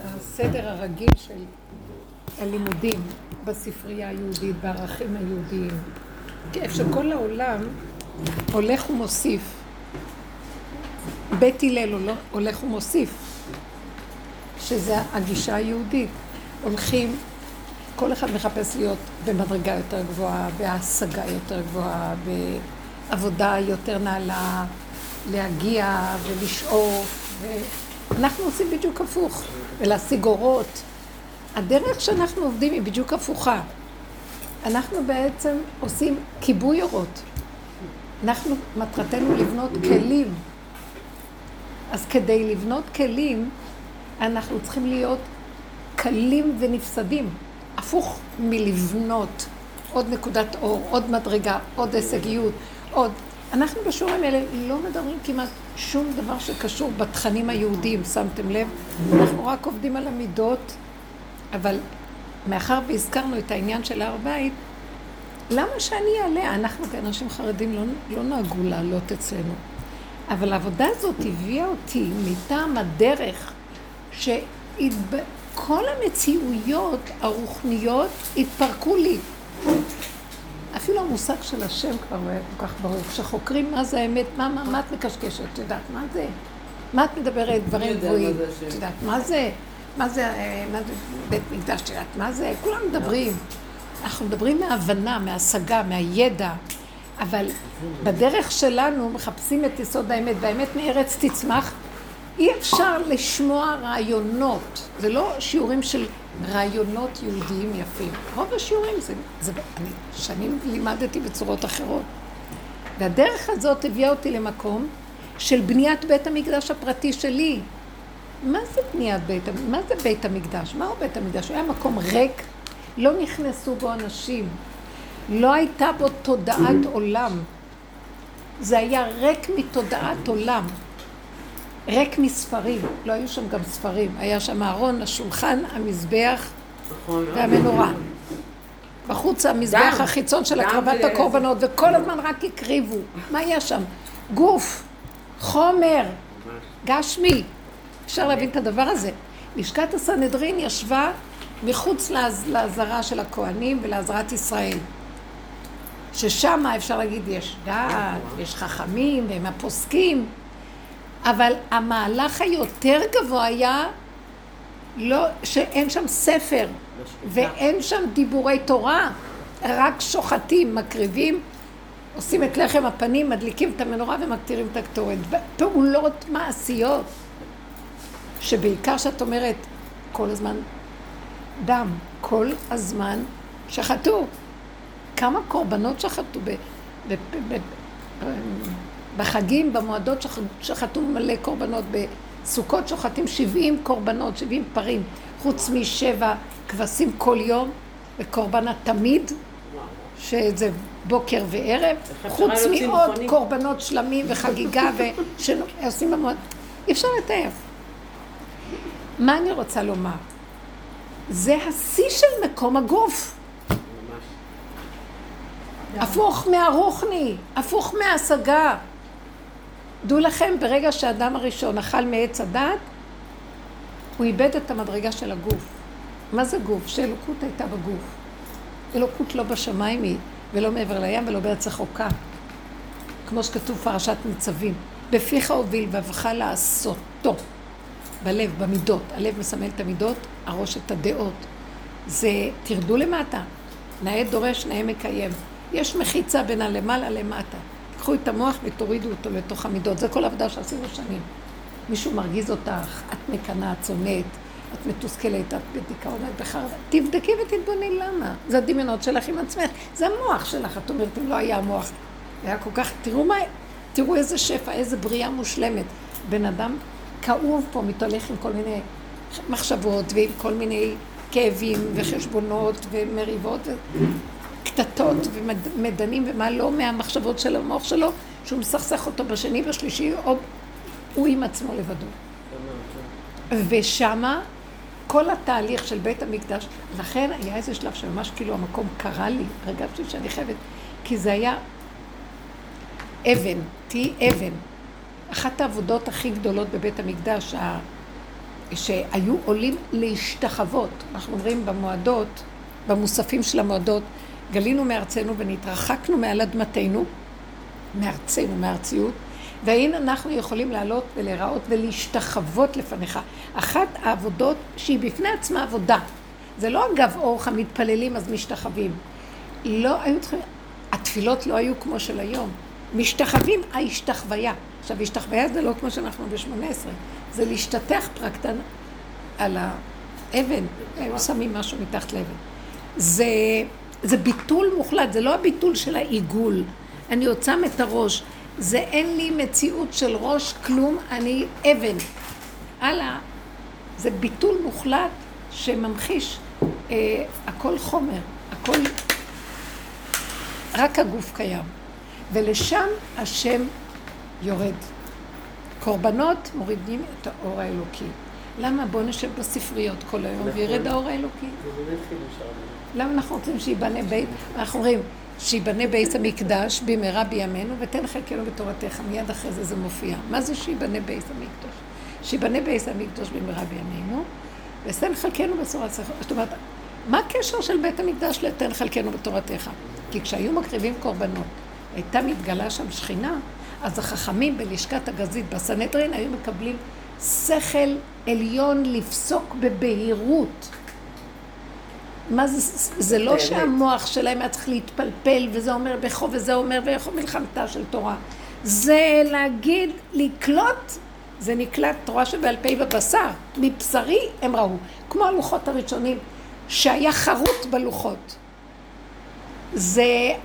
הסדר הרגיל של הלימודים בספרייה היהודית, בערכים היהודיים. כאיפה שכל העולם הולך ומוסיף. בית הלל הולך ומוסיף, שזה הגישה היהודית. הולכים, כל אחד מחפש להיות במדרגה יותר גבוהה, בהשגה יותר גבוהה, בעבודה יותר נעלה, להגיע ולשאוף. אנחנו עושים בדיוק הפוך, ולהשיג אורות. הדרך שאנחנו עובדים היא בדיוק הפוכה. אנחנו בעצם עושים כיבוי אורות. אנחנו, מטרתנו לבנות כלים. אז כדי לבנות כלים, אנחנו צריכים להיות קלים ונפסדים. הפוך מלבנות עוד נקודת אור, עוד מדרגה, עוד הישגיות, עוד. אנחנו בשיעורים האלה לא מדברים כמעט שום דבר שקשור בתכנים היהודיים, שמתם לב? אנחנו רק עובדים על המידות, אבל מאחר והזכרנו את העניין של הר בית, למה שאני אעלה? אנחנו כאנשים חרדים לא נהגו לעלות אצלנו. אבל העבודה הזאת הביאה אותי מטעם הדרך שכל המציאויות הרוחניות התפרקו לי. אפילו המושג של השם כבר לא היה כל כך ברור. כשחוקרים מה זה האמת, מה את מקשקשת? את יודעת, מה זה? מה את מדברת דברים גבוהים? את יודעת, מה זה? מה זה בית מקדש? את יודעת, מה זה? כולם מדברים. אנחנו מדברים מההבנה, מההשגה, מהידע. אבל בדרך שלנו מחפשים את יסוד האמת, והאמת מארץ תצמח. אי אפשר לשמוע רעיונות. זה לא שיעורים של רעיונות יהודיים יפים. רוב השיעורים אני שנים לימדתי בצורות אחרות. והדרך הזאת הביאה אותי למקום של בניית בית המקדש הפרטי שלי. מה זה בניית מה זה בית המקדש? מהו בית המקדש? הוא היה מקום ריק, לא נכנסו בו אנשים. לא הייתה בו תודעת עולם. זה היה ריק מתודעת עולם. ריק מספרים. לא היו שם גם ספרים. היה שם הארון, השולחן, המזבח והמנורה. בחוץ המזבח החיצון של הקרבת הקורבנות, וכל הזמן רק הקריבו. מה היה שם? גוף, חומר, גשמי. אפשר להבין את הדבר הזה. לשכת הסנהדרין ישבה מחוץ לעזרה של הכהנים ולעזרת ישראל. ששם אפשר להגיד יש דעת, יש חכמים והם הפוסקים, אבל המהלך היותר גבוה היה לא, שאין שם ספר ואין שם דיבורי תורה, רק שוחטים, מקריבים, עושים את לחם הפנים, מדליקים את המנורה ומקטירים את הקטורת. פעולות מעשיות, שבעיקר שאת אומרת כל הזמן דם, כל הזמן שחטו. כמה קורבנות שחטו בחגים, במועדות שחטו מלא קורבנות, בסוכות שוחטים 70 קורבנות, 70 פרים, חוץ מ7 כבשים כל יום, וקורבנה תמיד, שזה בוקר וערב, חוץ מעוד קורבנות שלמים וחגיגה שעושים במועד. אי אפשר לתאר. מה אני רוצה לומר? זה השיא של מקום הגוף. הפוך מהרוחני, הפוך מההשגה. דעו לכם, ברגע שהאדם הראשון אכל מעץ הדת, הוא איבד את המדרגה של הגוף. מה זה גוף? שאלוקות הייתה בגוף. אלוקות לא בשמיים היא, ולא מעבר לים ולא בארץ רחוקה. כמו שכתוב פרשת ניצבים. בפיך הוביל ואבך לעשותו. בלב, במידות. הלב מסמל את המידות, הראש את הדעות. זה תרדו למטה. נאה דורש, נאה מקיים. יש מחיצה בין הלמעלה למטה. קחו את המוח ותורידו אותו לתוך המידות. זה כל עבודה שעשינו שנים. מישהו מרגיז אותך, את מקנה, את צונאת, את מתוסכלת, את בדיכאון, את בחרדה. תבדקי ותתבוני למה. זה הדמיונות שלך עם עצמך. זה המוח שלך. את אומרת, אם לא היה המוח. היה כל כך, תראו איזה שפע, איזה בריאה מושלמת. בן אדם כאוב פה, מתהלך עם כל מיני מחשבות ועם כל מיני כאבים וחשבונות ומריבות קטטות ומדנים ומה לא מהמחשבות של המוח שלו, שהוא מסכסך אותו בשני בשלישי, או הוא עם עצמו לבדו. ושמה כל התהליך של בית המקדש, לכן היה איזה שלב שממש כאילו המקום קרה לי, הרגשתי שאני חייבת, כי זה היה אבן, תהי אבן. אחת העבודות הכי גדולות בבית המקדש, שהיו עולים להשתחוות. אנחנו אומרים במועדות, במוספים של המועדות, גלינו מארצנו ונתרחקנו מעל אדמתנו, מארצנו, מארציות, והנה אנחנו יכולים לעלות ולהיראות ולהשתחוות לפניך. אחת העבודות שהיא בפני עצמה עבודה. זה לא אגב אורך המתפללים אז משתחווים. לא היו צריכים, התפילות לא היו כמו של היום. משתחווים ההשתחוויה. עכשיו, השתחוויה זה לא כמו שאנחנו ב-18. זה להשתתח פרקטן על האבן. היו שמים משהו מתחת לאבן. זה ביטול מוחלט, זה לא הביטול של העיגול. אני עוצם את הראש. זה אין לי מציאות של ראש כלום, אני אבן. הלאה, זה ביטול מוחלט שממחיש הכל חומר, הכל, רק הגוף קיים. ולשם השם יורד. קורבנות מורידים את האור האלוקי. למה? בוא נשב בספריות כל היום וירד האור האלוקי. למה אנחנו רוצים שיבנה בית? אנחנו אומרים, שיבנה בית המקדש במהרה בימינו ותן חלקנו בתורתך. מיד אחרי זה מופיע. מה זה שיבנה בית המקדש? שיבנה בית המקדש במהרה בימינו ותן חלקנו בתורתך. זאת אומרת, מה הקשר של בית המקדש לתן חלקנו בתורתך? כי כשהיו מקריבים קורבנות, הייתה מתגלה שם שכינה, אז החכמים בלשכת הגזית בסנהדרין היו מקבלים שכל עליון לפסוק בבהירות. מה זה? זה לא שהמוח שלהם היה צריך להתפלפל, וזה אומר בכו וזה אומר ויכו מלחמתה של תורה. זה להגיד, לקלוט, זה נקלט תורה שבעל פה בבשר. מבשרי הם ראו, כמו הלוחות הראשונים, שהיה חרוט בלוחות. זה,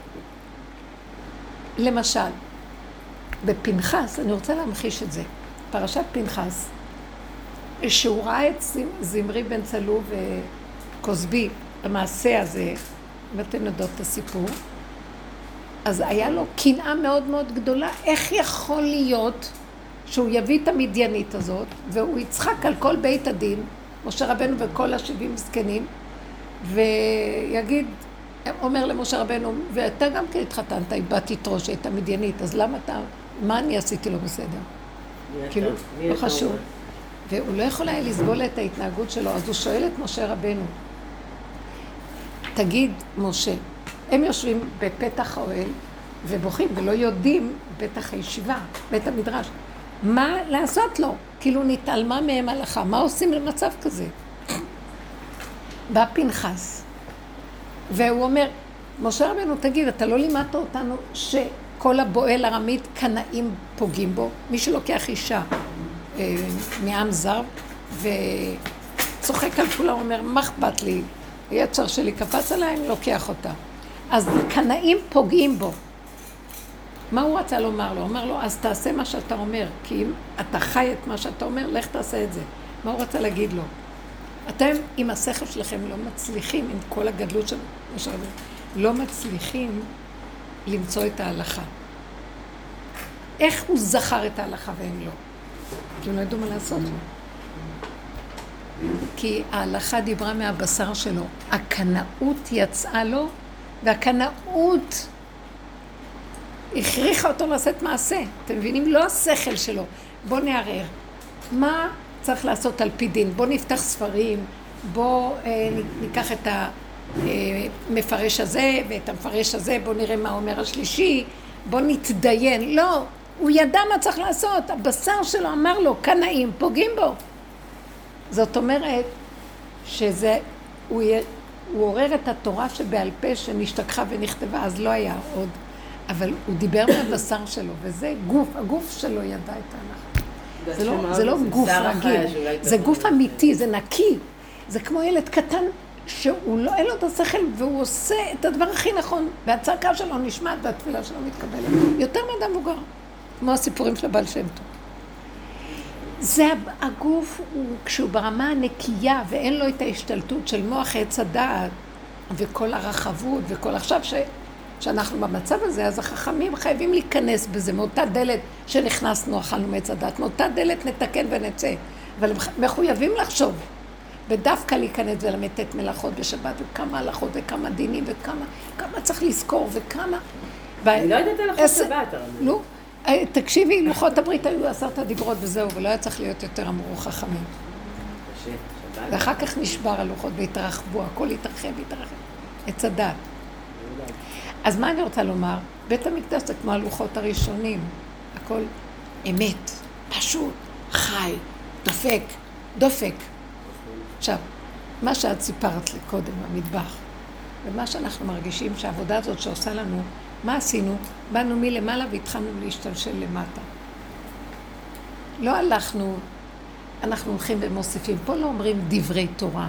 למשל, בפנחס, אני רוצה להמחיש את זה, פרשת פנחס, שהוא ראה את זמרי בן צלו וכוסבי, המעשה הזה, אם אתם יודעות את הסיפור, אז היה לו קנאה מאוד מאוד גדולה, איך יכול להיות שהוא יביא את המדיינית הזאת, והוא יצחק על כל בית הדין, משה רבנו וכל ה70 זקנים, ויגיד, אומר למשה רבנו, ואתה גם כן התחתנת, איבדת יתרו שהייתה מדיינית, אז למה אתה, מה אני עשיתי לו בסדר? כאילו, לא חשוב. והוא לא יכול היה לסבול את ההתנהגות שלו, אז הוא שואל את משה רבנו, תגיד, משה, הם יושבים בפתח האוהל ובוכים ולא יודעים, פתח הישיבה, בית המדרש, מה לעשות לו? כאילו נתעלמה מהם הלכה, מה עושים למצב כזה? בא פנחס, והוא אומר, משה רבנו, תגיד, אתה לא לימדת אותנו שכל הבועל ארמית קנאים פוגעים בו? מי שלוקח אישה מעם זר וצוחק על כולה, אומר, מה אכפת לי? היצר שלי קפץ עליי, אני לוקח אותה. אז קנאים פוגעים בו. מה הוא רצה לומר לו? הוא אומר לו, אז תעשה מה שאתה אומר, כי אם אתה חי את מה שאתה אומר, לך תעשה את זה. מה הוא רצה להגיד לו? אתם עם השכל שלכם לא מצליחים, עם כל הגדלות של משה רבנו, לא מצליחים למצוא את ההלכה. איך הוא זכר את ההלכה והם לא? כי הם לא ידעו מה לעשות לו. כי ההלכה דיברה מהבשר שלו. הקנאות יצאה לו, והקנאות הכריחה אותו לעשות מעשה. אתם מבינים? לא השכל שלו. בוא נערער. מה צריך לעשות על פי דין? בוא נפתח ספרים, בוא ניקח את המפרש הזה ואת המפרש הזה, בוא נראה מה אומר השלישי, בוא נתדיין. לא, הוא ידע מה צריך לעשות. הבשר שלו אמר לו, קנאים, פוגעים בו. זאת אומרת שזה, הוא עורר את התורה שבעל פה שנשתכחה ונכתבה, אז לא היה עוד. אבל הוא דיבר מהבשר שלו, וזה גוף, הגוף שלו ידע את ההלכה. זה לא גוף רגיל, זה גוף אמיתי, זה נקי. זה כמו ילד קטן שהוא לא, אין לו את השכל, והוא עושה את הדבר הכי נכון, והצעקה שלו נשמעת והתפילה שלו מתקבלת. יותר מאדם מבוגר, כמו הסיפורים של הבעל שם טוב. זה הגוף, כשהוא ברמה הנקייה ואין לו את ההשתלטות של מוח עץ הדעת וכל הרחבות וכל עכשיו שאנחנו במצב הזה, אז החכמים חייבים להיכנס בזה, מאותה דלת שנכנסנו, אכלנו מעץ הדעת, מאותה דלת נתקן ונצא, אבל הם מחויבים לחשוב, ודווקא להיכנס ולמתת מלאכות בשבת, וכמה הלכות וכמה דינים וכמה צריך לזכור וכמה... אני לא יודעת הלכות שבת, לא. תקשיבי, לוחות הברית היו 10 דיברות וזהו, ולא היה צריך להיות יותר אמרו חכמים. ואחר כך נשבר הלוחות והתרחבו, הכל התרחב. עץ הדת. אז מה אני רוצה לומר? בית המקדש זה כמו הלוחות הראשונים. הכל אמת, פשוט, חי, דופק. עכשיו, מה שאת סיפרת לי קודם, המטבח, ומה שאנחנו מרגישים שהעבודה הזאת שעושה לנו, מה עשינו? באנו מלמעלה והתחלנו להשתלשל למטה. לא הלכנו, אנחנו הולכים ומוסיפים. פה לא אומרים דברי תורה.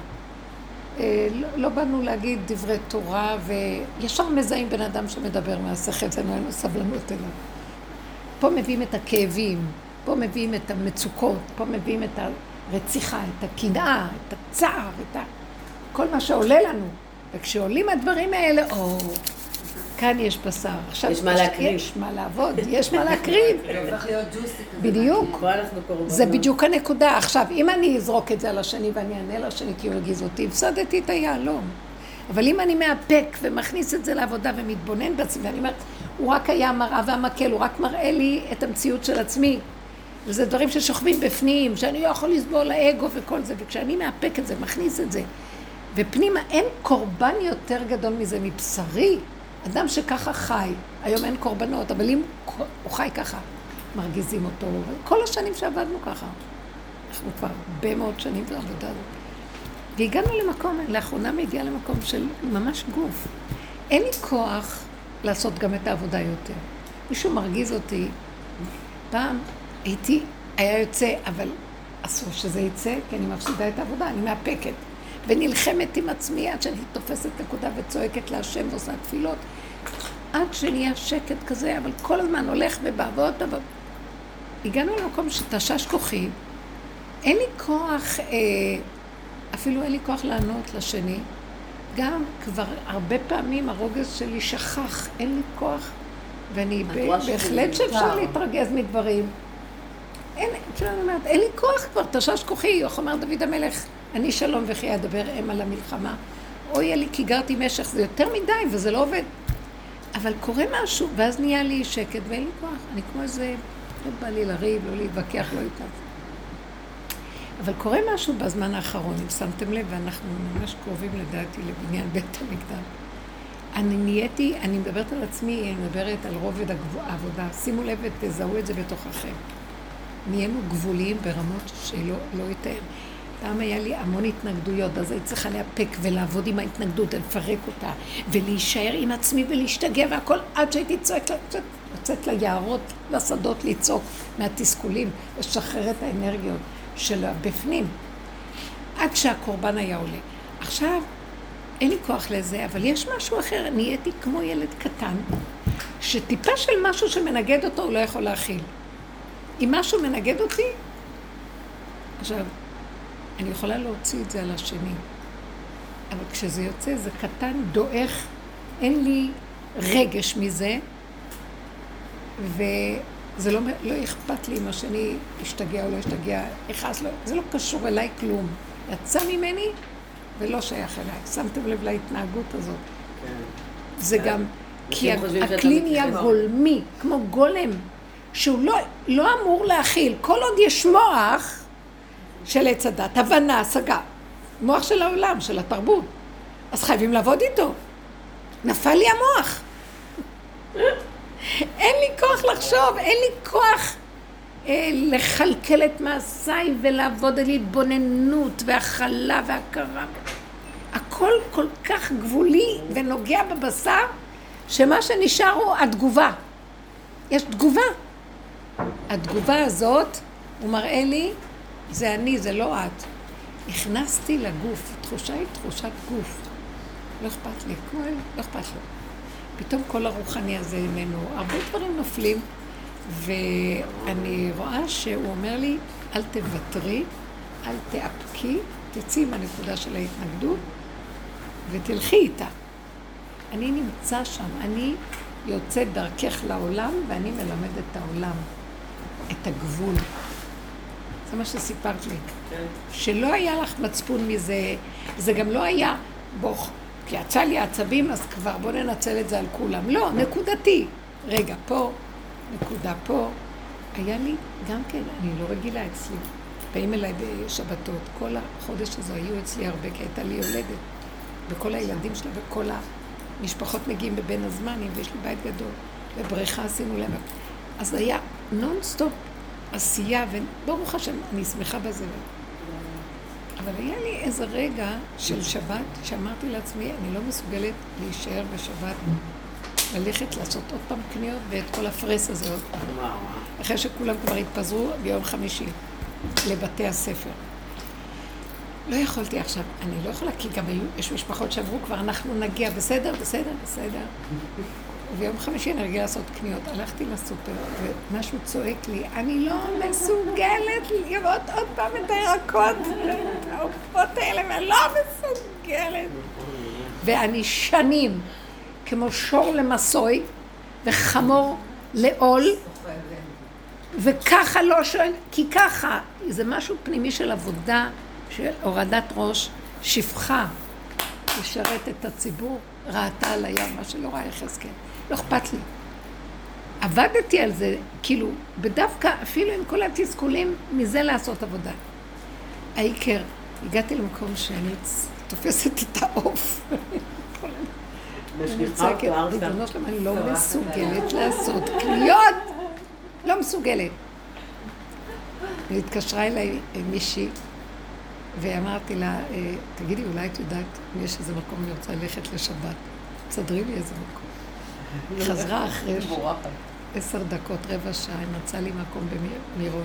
לא באנו להגיד דברי תורה, וישר מזהים בן אדם שמדבר מהשכל, זה אין לו סבלנות אליו. פה מביאים את הכאבים, פה מביאים את המצוקות, פה מביאים את הרציחה, את הקנאה, את הצער, כל מה שעולה לנו. וכשעולים הדברים האלה, כאן יש בשר. עכשיו יש מה להקריב. יש מה לעבוד, יש מה להקריב. בדיוק. זה בדיוק הנקודה. עכשיו, אם אני אזרוק את זה על השני ואני אענה לשני כי הוא הרגיז אותי, הפסדתי את היהלום. אבל אם אני מאפק ומכניס את זה לעבודה ומתבונן בעצמי, ואני אומרת, הוא רק היה מראה והמקל, הוא רק מראה לי את המציאות של עצמי. וזה דברים ששוכבים בפנים, שאני לא יכול לסבול לאגו וכל זה, וכשאני מאפק את זה, מכניס את זה, ופנימה אין קורבן יותר גדול מזה מבשרי. אדם שככה חי, היום אין קורבנות, אבל אם הוא חי ככה, מרגיזים אותו. כל השנים שעבדנו ככה. אנחנו כבר הרבה מאוד שנים בעבודה הזאת. והגענו למקום, לאחרונה מגיעה למקום של ממש גוף. אין לי כוח לעשות גם את העבודה יותר. מישהו מרגיז אותי. פעם היה יוצא, אבל אסור שזה יצא, כי אני מפסידה את העבודה, אני מאפקת. ונלחמת עם עצמי עד שאני תופסת נקודה וצועקת להשם ועושה תפילות. עד שנהיה שקט כזה, אבל כל הזמן הולך ובעבוד, אבל הגענו למקום שתשש כוחי. אין לי כוח, אפילו אין לי כוח לענות לשני. גם כבר הרבה פעמים הרוגז שלי שכח, אין לי כוח. ואני בהחלט שאפשר להתרגז מדברים. אין לי כוח כבר, תשש כוחי, איך אומר דוד המלך, אני שלום וכי אדבר אם על המלחמה. אוי לי כי גרתי משך, זה יותר מדי וזה לא עובד. אבל קורה משהו, ואז נהיה לי שקט ואין לי כוח. אני כמו איזה, לא בא לי לריב, לא להתווכח, לא להתנצל. אבל קורה משהו בזמן האחרון, אם שמתם לב, ואנחנו ממש קרובים לדעתי לבניין בית המקדש. אני מדברת על עצמי, אני מדברת על רובד העבודה. שימו לב ותזהו את זה בתוככם. נהיינו גבוליים ברמות שלא יתאר. פעם היה לי המון התנגדויות, אז הייתי צריכה להפק ולעבוד עם ההתנגדות, לפרק אותה, ולהישאר עם עצמי ולהשתגע והכל, עד שהייתי יוצאת ליערות, לשדות, לצעוק מהתסכולים, לשחרר את האנרגיות של הבפנים, עד שהקורבן היה עולה. עכשיו, אין לי כוח לזה, אבל יש משהו אחר, נהייתי כמו ילד קטן, שטיפה של משהו שמנגד אותו הוא לא יכול להכיל. אם משהו מנגד אותי, עכשיו, אני יכולה להוציא את זה על השני. אבל כשזה יוצא, זה קטן, דועך, אין לי רגש מזה, וזה לא אכפת לי אם השני ישתגע או לא ישתגע, זה לא קשור אליי כלום. יצא ממני ולא שייך אליי. שמתם לב להתנהגות הזאת. זה גם, כי הכלי נהיה גולמי, כמו גולם, שהוא לא אמור להכיל. כל עוד יש מוח של עץ הדת, הבנה, השגה, מוח של העולם, של התרבות, אז חייבים לעבוד איתו. נפל לי המוח. אין לי כוח לחשוב, אין לי כוח לחלקל את מעשיי ולעבוד על התבוננות והכלה והכרה. הכל כל כך גבולי ונוגע בבשר, שמה שנשאר הוא התגובה. יש תגובה. התגובה הזאת, הוא מראה לי, זה אני, זה לא את. הכנסתי לגוף, תחושה היא תחושת גוף. לא אכפת לי, כמו אלה, לא אכפת לו. פתאום כל הרוחני הזה איננו, הרבה דברים נופלים, ואני רואה שהוא אומר לי, אל תוותרי, אל תאפקי, תצאי מהנקודה של ההתנגדות, ותלכי איתה. אני נמצא שם, אני יוצאת דרכך לעולם, ואני מלמד את העולם, את הגבול. זה מה שסיפרת לי. שלא היה לך מצפון מזה, זה גם לא היה, כי יצא לי עצבים, אז כבר בוא ננצל את זה על כולם. לא, נקודתי. רגע, פה, נקודה פה. היה לי גם כן, אני לא רגילה אצלי. באים אליי בשבתות. כל החודש הזה היו אצלי הרבה, כי הייתה לי יולדת. וכל הילדים שלה וכל המשפחות מגיעים בבין הזמנים, ויש לי בית גדול. ובריכה עשינו להם. אז היה נונסטופ עשייה, וברוך השם, אני שמחה בזה. אבל היה לי איזה רגע של שבת, שאמרתי לעצמי, אני לא מסוגלת להישאר בשבת, ללכת לעשות עוד פעם קניות, ואת כל הפרס הזה עוד פעם. אחרי שכולם כבר התפזרו ביום חמישי לבתי הספר. לא יכולתי עכשיו, אני לא יכולה, כי גם יש משפחות שעברו כבר, אנחנו נגיע, בסדר. וביום חמישי אני רגילה לעשות קניות. הלכתי לסופר, ומשהו צועק לי, אני לא מסוגלת לראות עוד פעם את הירקות, את העופות האלה, ואני לא מסוגלת. ואני שנים, כמו שור למסוי, וחמור לעול, וככה לא שואל, כי ככה, זה משהו פנימי של עבודה, של הורדת ראש, שפחה, לשרת את הציבור, ראתה על הים, מה שלא ראה יחזקאל. לא אכפת לי. עבדתי על זה, כאילו, בדווקא, אפילו עם כל התסכולים, מזה לעשות עבודה. העיקר, הגעתי למקום שאני תופסת את העוף. אני צועקת, ריבונו שלמה, אני לא מסוגלת לעשות קניות. לא מסוגלת. והתקשרה אליי מישהי, ואמרתי לה, תגידי, אולי את יודעת אם יש איזה מקום אני רוצה ללכת לשבת. תסדרי לי איזה מקום. חזרה אחרי 10 דקות, רבע שעה, מצא לי מקום במירון.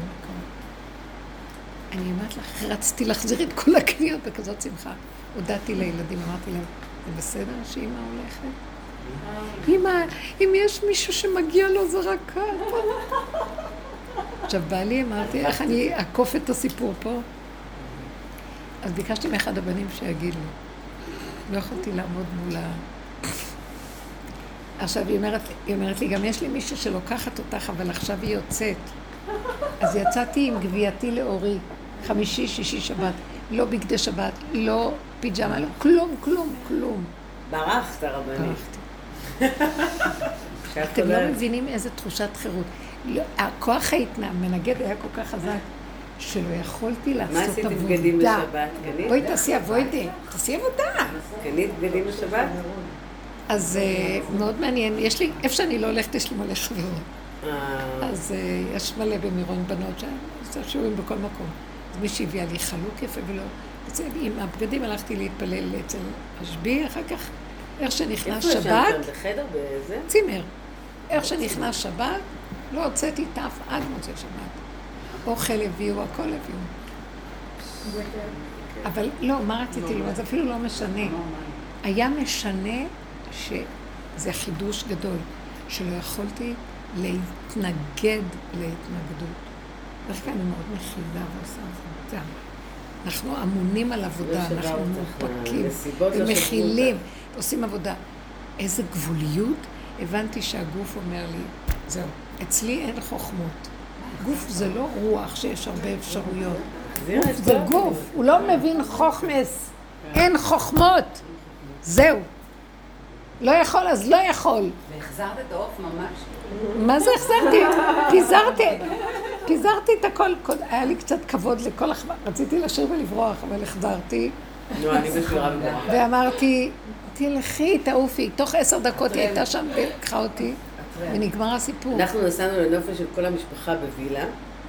אני אמרת לך, רציתי להחזיר את כל הקניות בכזאת שמחה. הודעתי לילדים, אמרתי להם, זה בסדר שאמא הולכת? אמא, אם יש מישהו שמגיע לו זה רק כאן. עכשיו בא לי, אמרתי, איך אני אעקוף את הסיפור פה? אז ביקשתי מאחד הבנים שיגיד לי. לא יכולתי לעמוד מול עכשיו היא אומרת לי, גם יש לי מישהו שלוקחת אותך, אבל עכשיו היא יוצאת. אז יצאתי עם גבייתי לאורי, 5, 6 שבת, לא בגדי שבת, לא פיג'מה, לא, כלום. ברחת הרבנית. אתם לא מבינים איזה תחושת חירות. הכוח המנגד היה כל כך חזק, שלא יכולתי לעשות עבודה. מה עשית בגדים בשבת? בואי תעשי עבודה. קנית בגדים בשבת? אז מאוד מעניין, יש לי, איפה שאני לא הולכת, יש לי מלא חברות. אז יש מלא במירון בנות שעשורים בכל מקום. אז מי שהביאה לי חלוק יפה ולא. עם הבגדים הלכתי להתפלל אצל השבי, אחר כך, איך שנכנס שבת... איפה ישנת? בחדר? באיזה? צימר. איך שנכנס שבת, לא הוצאתי תף עד מוצא שבת. אוכל הביאו, הכל הביאו. אבל לא, מה רציתי לו? זה אפילו לא משנה. היה משנה שזה חידוש גדול, שלא יכולתי להתנגד להתנגדות. דרך כלל אני מאוד מכילה ועושה עבודה. אנחנו אמונים על עבודה, אנחנו מופקים ומכילים, עושים עבודה. איזה גבוליות, הבנתי שהגוף אומר לי, זהו, אצלי אין חוכמות. גוף זה לא רוח שיש הרבה אפשרויות. גוף זה גוף, הוא לא מבין חוכמס, אין חוכמות. זהו. לא יכול, אז לא יכול. והחזרת את העוף ממש? מה זה החזרתי? פיזרתי את הכל. היה לי קצת כבוד לכל רציתי לשיר ולברוח, אבל החזרתי. לא, אני בשירה וברוח. ואמרתי, תלכי, תעופי. תוך 10 דקות היא הייתה שם ולקחה אותי, ונגמר הסיפור. אנחנו נסענו לנופש של כל המשפחה בווילה,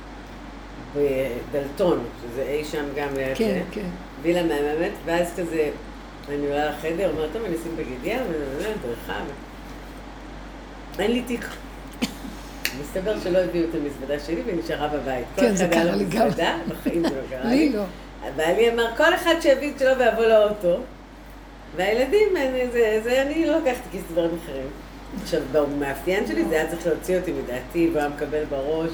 בדלתון, שזה אי שם גם ליד זה. כן. וילה מהממת, ואז כזה, אני עולה לחדר, אומרת, טוב, אני אשים בגדיה, דרכה. אין לי תיק. מסתבר שלא הביאו את המזוודה שלי ונשארה בבית. כן, זה קרה לי גם. בחיים זה לא קרה לי. לי לא. בעלי אמר, כל אחד שהביא את שלו ויבוא לאוטו, והילדים, זה אני לא לקחתי כיס דברים אחרים. עכשיו, במאפיין שלי זה היה צריך להוציא אותי מדעתי, והוא היה מקבל בראש.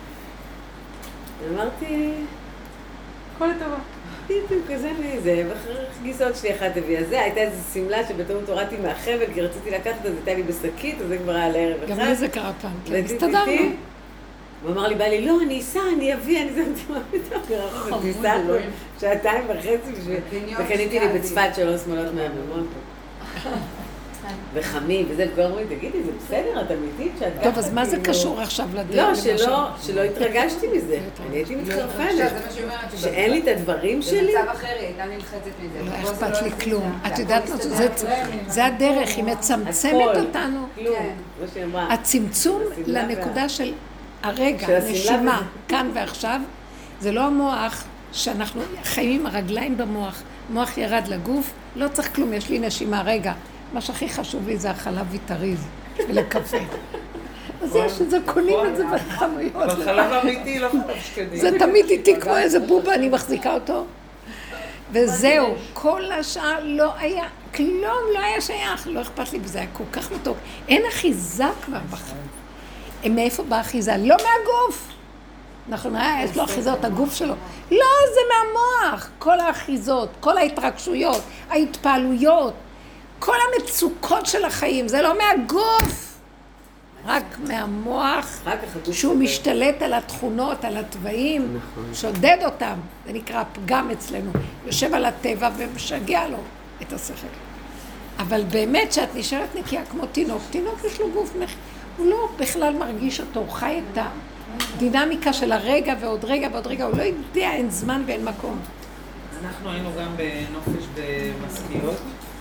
אמרתי, כל הטובה. טיפים כזה מזה, ואחרי גיסות שלי אחת הביאה זה, הייתה איזו סמלה שבטעות הורדתי מהחבל, כי רציתי לקחת את זה, הייתה לי בשקית, אז זה כבר היה לערב אחד. גם לי זה קרה פעם, כן, הסתדרנו. הוא אמר לי, בא לי, לא, אני אסע, אני אביא, אני זה מה פתאום קרה, וטיסענו 2.5 וקניתי לי בצפת 3 שמאלות מהממון. וחמים וזה, וכבר אומרים, תגידי, זה בסדר, את אמיתית שאת ככה, טוב, אז מה זה קשור עכשיו לדרך? לא, שלא התרגשתי מזה. אני הייתי מתחרפנת. שאין לי את הדברים שלי. במצב אחר היא הייתה נלחצת מזה. לא אכפת לי כלום. את יודעת מה זה הדרך, היא מצמצמת אותנו. הצמצום לנקודה של הרגע, נשימה, כאן ועכשיו, זה לא המוח שאנחנו חיים עם הרגליים במוח. מוח ירד לגוף, לא צריך כלום, יש לי נשימה. רגע, מה שהכי חשוב לי זה החלב ויטריז ולקפה. אז יש את זה, קונים את זה בחנויות. אבל חלב אמיתי, לא חלב שקדים. זה תמיד איתי כמו איזה בובה, אני מחזיקה אותו. וזהו, כל השעה לא היה, כלום לא היה שייך, לא אכפת לי, וזה היה כל כך מתוק. אין אחיזה כבר בחיים. מאיפה באה אחיזה? לא מהגוף. נכון, יש לו אחיזות, הגוף שלו. לא, זה מהמוח. כל האחיזות, כל ההתרגשויות, ההתפעלויות, כל המצוקות של החיים, זה לא מהגוף. רק מהמוח, שהוא משתלט על התכונות, על הטבעים, שודד אותם. זה נקרא פגם אצלנו. יושב על הטבע ומשגע לו את השכל. אבל באמת שאת נשארת נקייה כמו תינוק, תינוק יש לו גוף, הוא לא בכלל מרגיש אותו, הוא חי את הדינמיקה של הרגע ועוד רגע ועוד רגע, הוא לא יודע, אין זמן ואין מקום. אנחנו היינו גם בנופש במשכיות.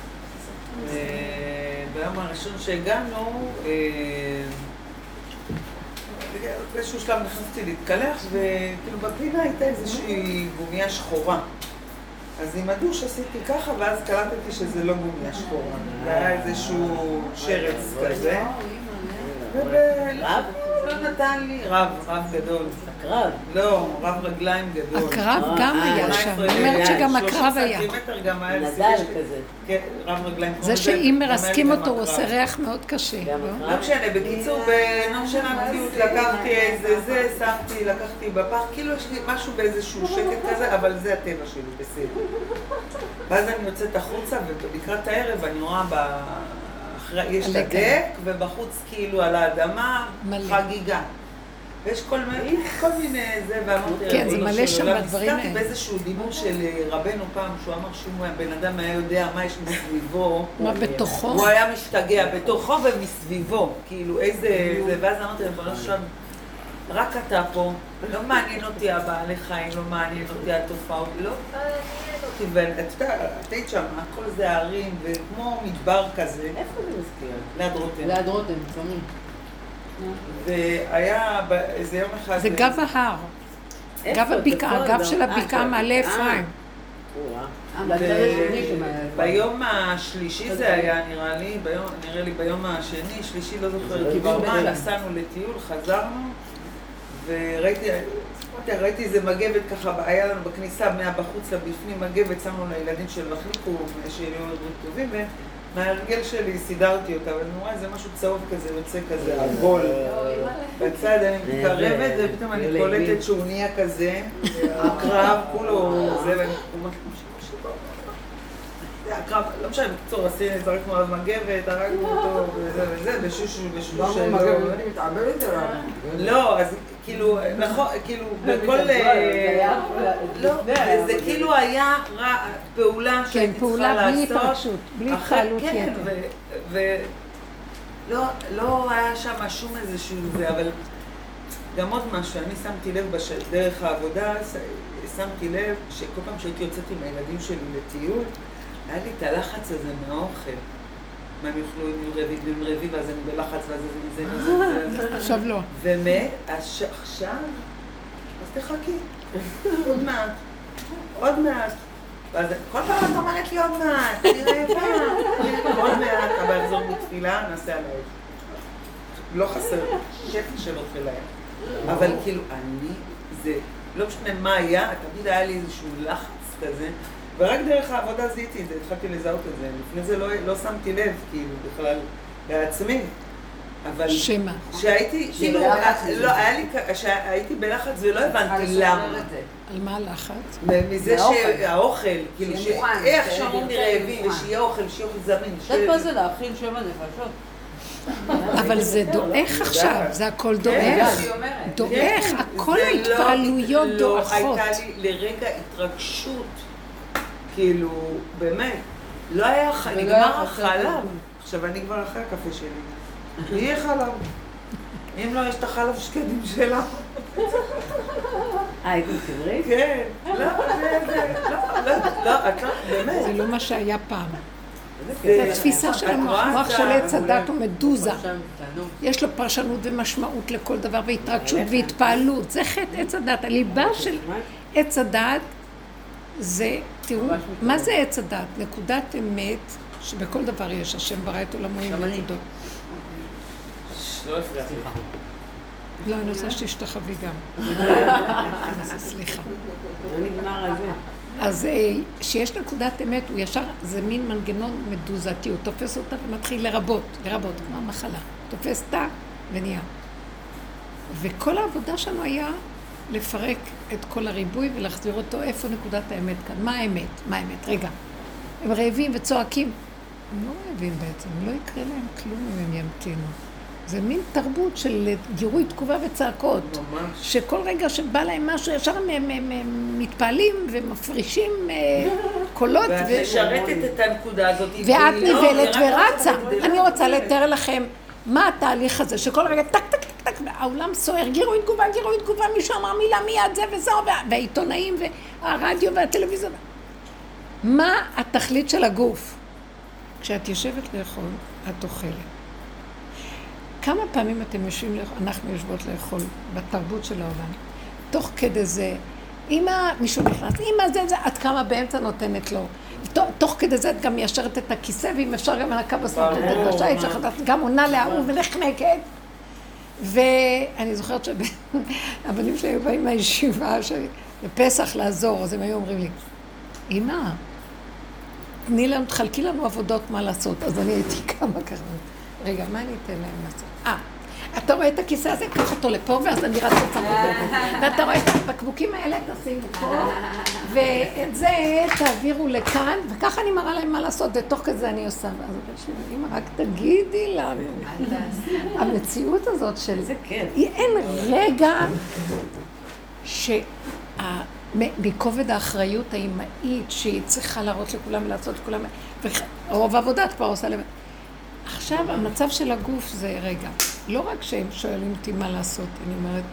ביום הראשון שהגענו, באיזשהו שלב נכנסתי להתקלח, וכאילו בפינה הייתה איזושהי גומיה שחורה. אז עם הדוש עשיתי ככה, ואז קלטתי שזה לא גומיה שחורה. זה היה איזשהו שרץ כזה. רב? לא נתן לי, רב גדול. הקרב? לא, רב רגליים גדול. הקרב גם היה שם, אני אומרת שגם הקרב היה. 30 סנטימטר גם היה נדל כזה. כן, רב רגליים. זה שאם מרסקים אותו הוא עושה ריח מאוד קשה. לא משנה, בקיצור, בנושנתיות לקחתי איזה זה, שמתי, לקחתי בפח, כאילו יש לי משהו באיזשהו שקט כזה, אבל זה הטבע שלי, בסדר. ואז אני יוצאת החוצה, ובקראת הערב אני רואה יש את הדק, ובחוץ כאילו על האדמה חגיגה. ויש כל מיני זה, ואמרתי... כן, זה מלא שם בדברים האלה. נזכרתי באיזשהו דיבור של רבנו פעם, שהוא אמר שאם הבן אדם היה יודע מה יש מסביבו... מה בתוכו? הוא היה משתגע, בתוכו ומסביבו. כאילו איזה... ואז אמרתי, אבל עכשיו, רק אתה פה, לא מעניין אותי הבעלי חיים, לא מעניין אותי התופעות, לא מעניין אותי. ואת היית שם, הכל זה הערים, וכמו מדבר כזה. איפה זה מזכיר? ליד רותם. שומעים. והיה איזה יום אחד... זה גב ההר. גב הבקעה, הגב של הבקעה מעלה אפרים. ביום השלישי זה היה נראה לי ביום השני, שלישי לא זוכרת, כי ברמה נסענו לטיול, חזרנו וראיתי איזה מגבת ככה, היה לנו בכניסה בחוץ לבפנים מגבת, שמנו לילדים של החליקו, שיהיו מאוד טובים, מההרגל שלי סידרתי אותה, ואני רואה איזה משהו צהוב כזה, יוצא כזה, עגול. בצד אני מתקרבת, ופתאום אני קולטת שהוא נהיה כזה, הקרב, כולו זה, ואני אומרת, זה הקרב, לא משנה, בקצור, זרקנו עליו מגבת, הרגנו אותו, וזה, בשושו שלו. אני מתעברת עליו. לא, אז כאילו, נכון, כאילו, בכל... לא, זה כאילו היה פעולה שהייתי צריכה לעשות. כן, פעולה בלי התרגשות, בלי התפעלות יתר. ולא היה שם שום איזשהו זה, אבל גם עוד משהו, אני שמתי לב דרך העבודה, שמתי לב שכל פעם שהייתי יוצאת עם הילדים שלי לטיול, היה לי את הלחץ הזה מהאוכל. מה הם יאכלו עם רביב, ואז אני בלחץ, ואז זה. עכשיו לא. עכשיו, אז תחכי. עוד מעט. ואז כל פעם את אומרת לי עוד מעט, אני רעבה. עוד מעט, אבל אחזור בתפילה, נעשה על האש. לא חסר, שפע של אוכל היה. אבל כאילו, זה לא משנה מה היה, תמיד היה לי איזשהו לחץ כזה. ורק דרך העבודה זיהיתי את זה, התחלתי לזהות את זה. לפני זה לא שמתי לב, כאילו, בכלל, לעצמי. אבל... שמה? שהייתי, כאילו, שהייתי בלחץ ולא הבנתי למה. על מה הלחץ? מזה שהאוכל, כאילו, איך שאומרים לי רעבים, ושיהיה אוכל, שיהיה אוכל זמין. זה פה זה להכין שם הנפשות. אבל זה דועך עכשיו, זה הכל דועך. דועך, הכל ההתפעלויות דועכות. הייתה לי לרגע התרגשות. כאילו, באמת, לא היה ולא נגמר היה חסר החלב. כלום. עכשיו אני כבר אחרי הקפה שלי. יהיה חלב. אם לא, יש את החלב שקדים שלה. הייתם תמרי? כן. לא, את לא, באמת. זה לא מה שהיה פעם. זה- התפיסה של את רואה המוח את של ה- עץ הדת הוא מדוזה. עכשיו, תענוג. יש לו פרשנות ומשמעות לכל דבר והתרגשות והתפעלות. זה חטא עץ הדת. הליבה של עץ הדת זה, תראו, מה זה עץ הדת? נקודת אמת שבכל דבר יש. השם ברא את עולמו עם גם אני. נקודות. לא הפרעתי לך. לא, אני רוצה שתשתחווי גם. אז סליחה. לא נגמר על זה. אז שיש נקודת אמת, הוא ישר, זה מין מנגנון מדוזתי, הוא תופס אותה ומתחיל לרבות, כמו המחלה. תופס תא ונהיה. וכל העבודה שלנו היה לפרק את כל הריבוי ולהחזיר אותו, איפה נקודת האמת כאן? מה האמת? מה האמת? רגע. הם רעבים וצועקים. הם לא רעבים בעצם, לא יקרה להם כלום אם הם ימתינו. זה מין תרבות של גירוי תגובה וצעקות. ממש. שכל רגע שבא להם משהו, ישר הם מתפעלים ומפרישים קולות. ואת משרתת את הנקודה הזאת. ואת והיא לא- נבלת היא רק ורצה. גדלה. אני רוצה לתאר לכם מה התהליך הזה, שכל רגע טק טק טק טק, העולם סוער, גירוי תגובה, מישהו אמר מילה מיד זה וזהו, והעיתונאים והרדיו והטלוויזיה. מה התכלית של הגוף? כשאת יושבת לאכול, את אוכלת. כמה פעמים אתם יושבים, אנחנו יושבות לאכול בתרבות של העולם, תוך כדי זה, אמא, מישהו נכנס, אמא זה, את כמה באמצע נותנת לו. תוך כדי זה את גם מיישרת את הכיסא, ואם אפשר גם על הקו הסוף לתת בשעה, אפשר גם עונה להוא ונחנקת. ואני זוכרת שהבנים שלי היו באים מהישיבה בפסח לעזור, אז הם היו אומרים לי, אמא, תני לנו, תחלקי לנו עבודות מה לעשות. אז אני הייתי כמה ככה. רגע, מה אני אתן להם לעשות? אתה רואה את הכיסא הזה? קח אותו לפה, ואז אני רצה את המודל. ואתה רואה את הבקבוקים האלה, תשימו פה, ואת זה תעבירו לכאן, וככה אני מראה להם מה לעשות, ותוך כזה אני עושה. ואז אמא, רק תגידי לנו. המציאות הזאת של... איזה כיף. אין רגע מכובד האחריות האימהית שהיא צריכה להראות לכולם, לעשות לכולם, ורוב העבודה את כבר עושה לבד. עכשיו, המצב של הגוף זה רגע. לא רק שהם שואלים אותי מה לעשות, אני אומרת,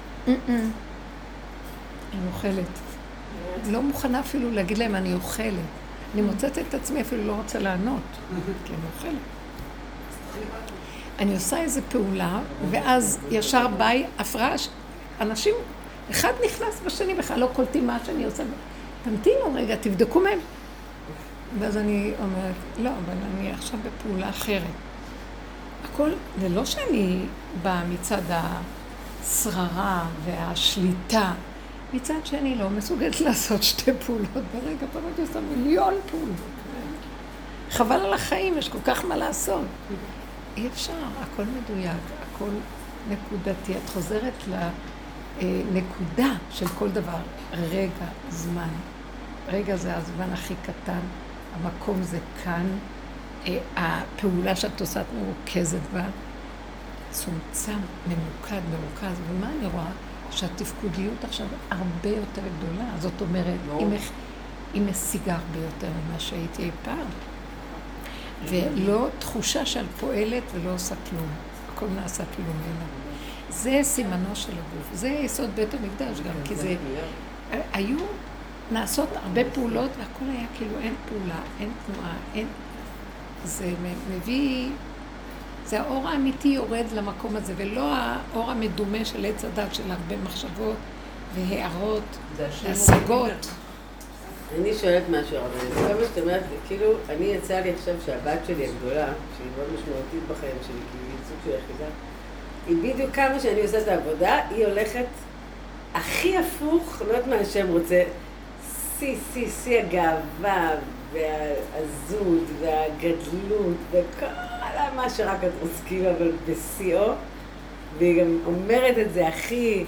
אני אוכלת. לא מוכנה אפילו להגיד להם, אני אוכלת. אני מוצאת את עצמי, אפילו לא רוצה לענות, כי אני אוכלת. אני עושה איזו פעולה, ואז ישר ביי הפרש. אנשים, אחד נכנס בשני, בכלל לא קולטים מה שאני עושה. תמתינו רגע, תבדקו מהם. ואז אני אומרת, לא, אבל אני עכשיו בפעולה אחרת. הכל, זה לא שאני באה מצד השררה והשליטה, מצד שאני לא מסוגלת לעשות שתי פעולות ברגע, פעם עושה מיליון פעולות. חבל על החיים, יש כל כך מה לעשות. אי אפשר, הכל מדויק, הכל נקודתי. את חוזרת לנקודה של כל דבר, רגע, זמן. רגע זה הזמן הכי קטן, המקום זה כאן, הפעולה שאת עושה את מרוכזת בה, צומצם, ממוקד, מרוכז, ומה אני רואה? שהתפקודיות עכשיו הרבה יותר גדולה, זאת אומרת, היא משיגה הרבה יותר ממה שהייתי אי פעם, ולא תחושה שאת פועלת ולא עושה כלום, הכל נעשה כלום ממנו. זה סימנו של הגוף, זה יסוד בית המקדש גם, כי זה, היו נעשות הרבה פעולות, והכל היה כאילו אין פעולה, אין תנועה, אין... זה מביא... זה האור האמיתי יורד למקום הזה, ולא האור המדומה של עץ הדת, של הרבה מחשבות והערות והשגות. אני שואלת משהו, אבל כל מה שאת אומרת, כאילו, אני יצא לי עכשיו שהבת שלי הגדולה, שהיא מאוד משמעותית בחיים שלי, כי היא סוג של יחידה, היא בדיוק כמה שאני עושה את העבודה, היא הולכת הכי הפוך, לא יודעת מה השם רוצה, שיא הגאווה והעזות והגדלות וכל מה שרק את עוסקים, אבל בשיאו, והיא גם אומרת את זה הכי,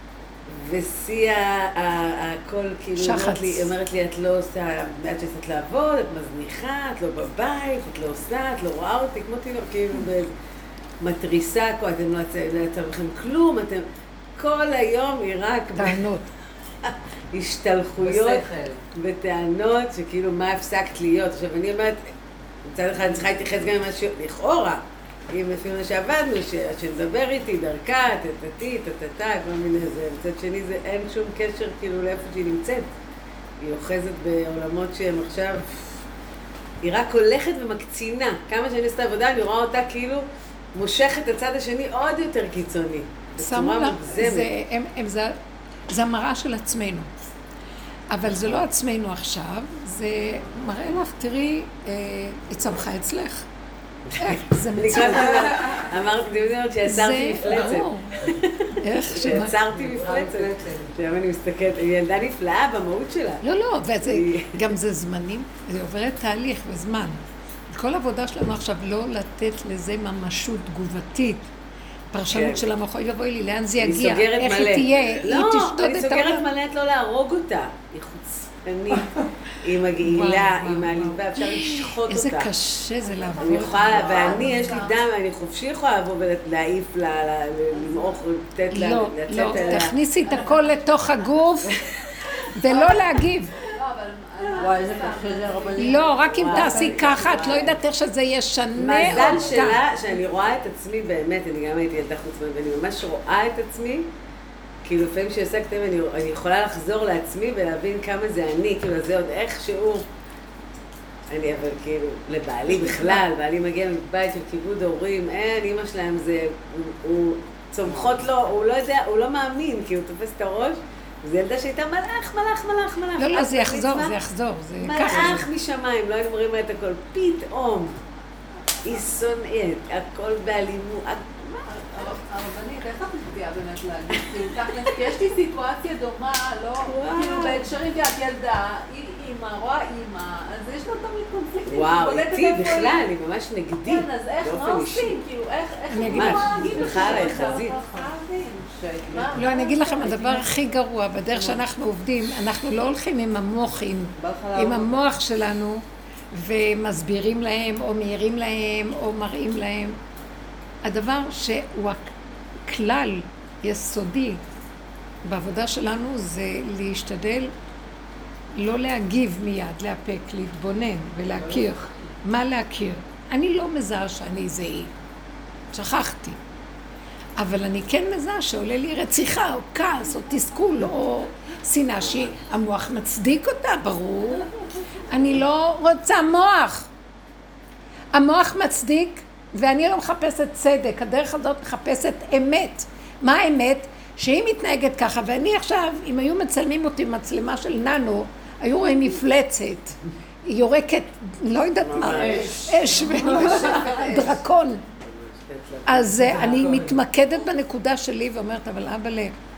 ושיא הכל כאילו, אומרת לי, את לא עושה, את שיצאת לעבוד, את מזניחה, את לא בבית, את לא עושה, את לא רואה אותי, כמו תינוק, כאילו מטריסה, אתם לא יצא לכם כלום, אתם, כל היום היא רק... טענות. השתלחויות וטענות שכאילו מה הפסקת להיות. עכשיו אני אומרת, מצד אחד אני צריכה להתייחס גם למה לכאורה. אם לפי מה שעבדנו, שנדבר איתי, דרכה, תתתי, תתתה, כל מיני זה. מצד שני זה אין שום קשר כאילו לאיפה שהיא נמצאת. היא אוחזת בעולמות שהם עכשיו... היא רק הולכת ומקצינה. כמה שאני עושה עבודה, אני רואה אותה כאילו מושכת את הצד השני עוד יותר קיצוני. בצורה מוגזמת. זה המראה של עצמנו. אבל זה לא עצמנו עכשיו, זה מראה לך, תראי, היא צמחה אצלך. זה מציאות. אמרתי, דיברתי שיצרתי מפלצת. איך? שיצרתי מפלצת. עכשיו אני מסתכלת, היא ילדה נפלאה במהות שלה. לא, גם זה זמנים, זה עוברת תהליך וזמן. כל העבודה שלנו עכשיו לא לתת לזה ממשות תגובתית. פרשנות של המוח, אוי ואבוי לי, לאן זה יגיע, איך היא תהיה, היא תשדוד את העולם. לא, אני סוגרת מלא את לא להרוג אותה. היא חוצפנית, היא מגעילה, היא מעליבה, אפשר לשחוט אותה. איזה קשה זה לעבוד. אני יכולה, ואני, יש לי דם, אני חופשי יכולה לבוא ולהעיף לה, למעוך, לתת לה, לצאת עליה. לא, תכניסי את הכל לתוך הגוף, ולא להגיב. וואי, איזה קשה זה הרבנים. לא, רק אם תעשי ככה, את לא יודעת איך שזה ישנה אותה. מזל שלה, שאני רואה את עצמי באמת, אני גם הייתי ילדה חוצפנית, ואני ממש רואה את עצמי, כאילו לפעמים שעושה כתב, אני יכולה לחזור לעצמי ולהבין כמה זה אני, כאילו זה עוד איכשהו, אני אבל כאילו, לבעלי בכלל, בעלי מגיע מבית של כיבוד הורים, אין, אמא שלהם זה, הוא צומחות לו, הוא לא יודע, הוא לא מאמין, כי הוא תופס את הראש, זה ילדה שהייתה מלאך. לא, זה יחזור, זה ככה. מלאך משמיים, לא היינו אומרים לה את הכל, פתאום. היא שונאת, הכל באלימות. הרבנית, איך את מפתיעה באמת להגיד? כי יש לי סיטואציה דומה, לא? כאילו בהקשרים שאת ילדה, היא אימא, רואה אימא, אז יש לו תמיד קונפליקטים. וואו, איתי בכלל, אני ממש נגדי. כן, אז איך, מה עושים? כאילו, איך אני אגיד בכלל היחזית. לא, אני אגיד לכם, הדבר הכי גרוע, בדרך שאנחנו עובדים, אנחנו לא הולכים עם המוח שלנו, ומסבירים להם, או מאירים להם, או מראים להם. הדבר שהוא הכלל יסודי בעבודה שלנו זה להשתדל לא להגיב מיד, להפק, להתבונן ולהכיר. מה להכיר? אני לא מזהה שאני זה היא. שכחתי. אבל אני כן מזהה שעולה לי רציחה, או כעס, או תסכול, או שנאה שהמוח מצדיק אותה, ברור. אני לא רוצה מוח. המוח מצדיק, ואני לא מחפשת צדק. הדרך הזאת מחפשת אמת. מה האמת? שהיא מתנהגת ככה, ואני עכשיו, אם היו מצלמים אותי מצלמה של ננו, היו רואים מפלצת. היא יורקת, לא יודעת מה, אש ודרקון. אז אני מתמקדת בנקודה שלי ואומרת, אבל אבא,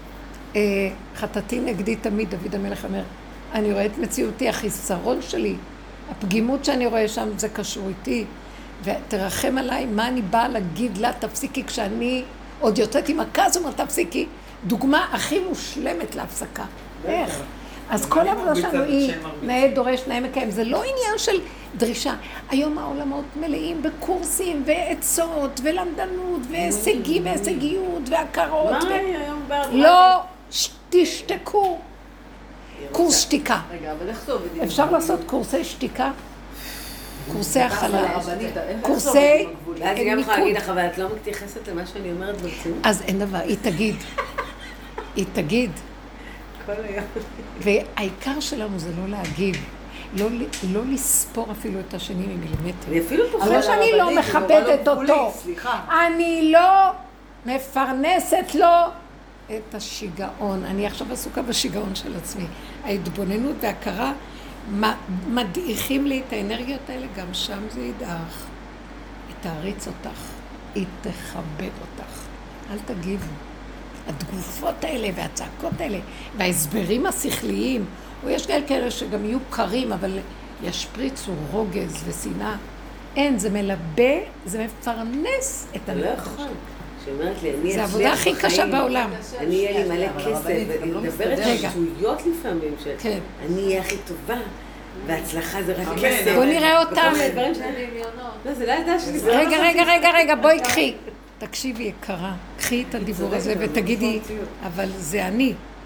חטאתי נגדי תמיד, דוד המלך אומר, אני רואה את מציאותי, החיסרון שלי, הפגימות שאני רואה שם, זה קשור איתי, ותרחם עליי, מה אני באה להגיד לה, תפסיקי, כשאני עוד יוצאת עם הכעס, אומר, תפסיקי, דוגמה הכי מושלמת להפסקה. איך? אז כל העבודה שלנו היא נאה דורש, נאה מקיים. זה לא עניין של דרישה. היום העולמות מלאים בקורסים ועצות ולמדנות והישגים והישגיות והכרות. מה היום בעבודה? לא, תשתקו. קורס שתיקה. רגע, אבל איך זה עובד? אפשר לעשות קורסי שתיקה? קורסי הכלה. קורסי ואז היא גם יכולה להגיד לך, אבל את לא מתייחסת למה שאני אומרת ברצינות. אז אין דבר, היא תגיד. היא תגיד. כל היום. והעיקר שלנו זה לא להגיב, לא לספור אפילו את השני ממילימטר. אני אפילו פוחדת. אחרי שאני לא מכבדת אותו, אני לא מפרנסת לו את השיגעון. אני עכשיו עסוקה בשיגעון של עצמי. ההתבוננות וההכרה מדעיכים לי את האנרגיות האלה, גם שם זה ידעך. היא תעריץ אותך, היא תכבד אותך. אל תגיבו. התגופות האלה והצעקות האלה וההסברים השכליים, או יש כאלה שגם יהיו קרים, אבל ישפריצו רוגז ושנאה. אין, זה מלבה, זה מפרנס את הלחש. שאומרת לי, אני זה העבודה הכי קשה בעולם. אני אהיה לי מלא כסף, ואני מדברת על שטויות לפעמים, שאני אהיה הכי טובה, והצלחה זה רק כסף. בוא נראה אותם. לא, זה לא ידע שזה... רגע, בואי קחי. תקשיבי יקרה, קחי את הדיבור הזה ותגידי, אבל זה אני.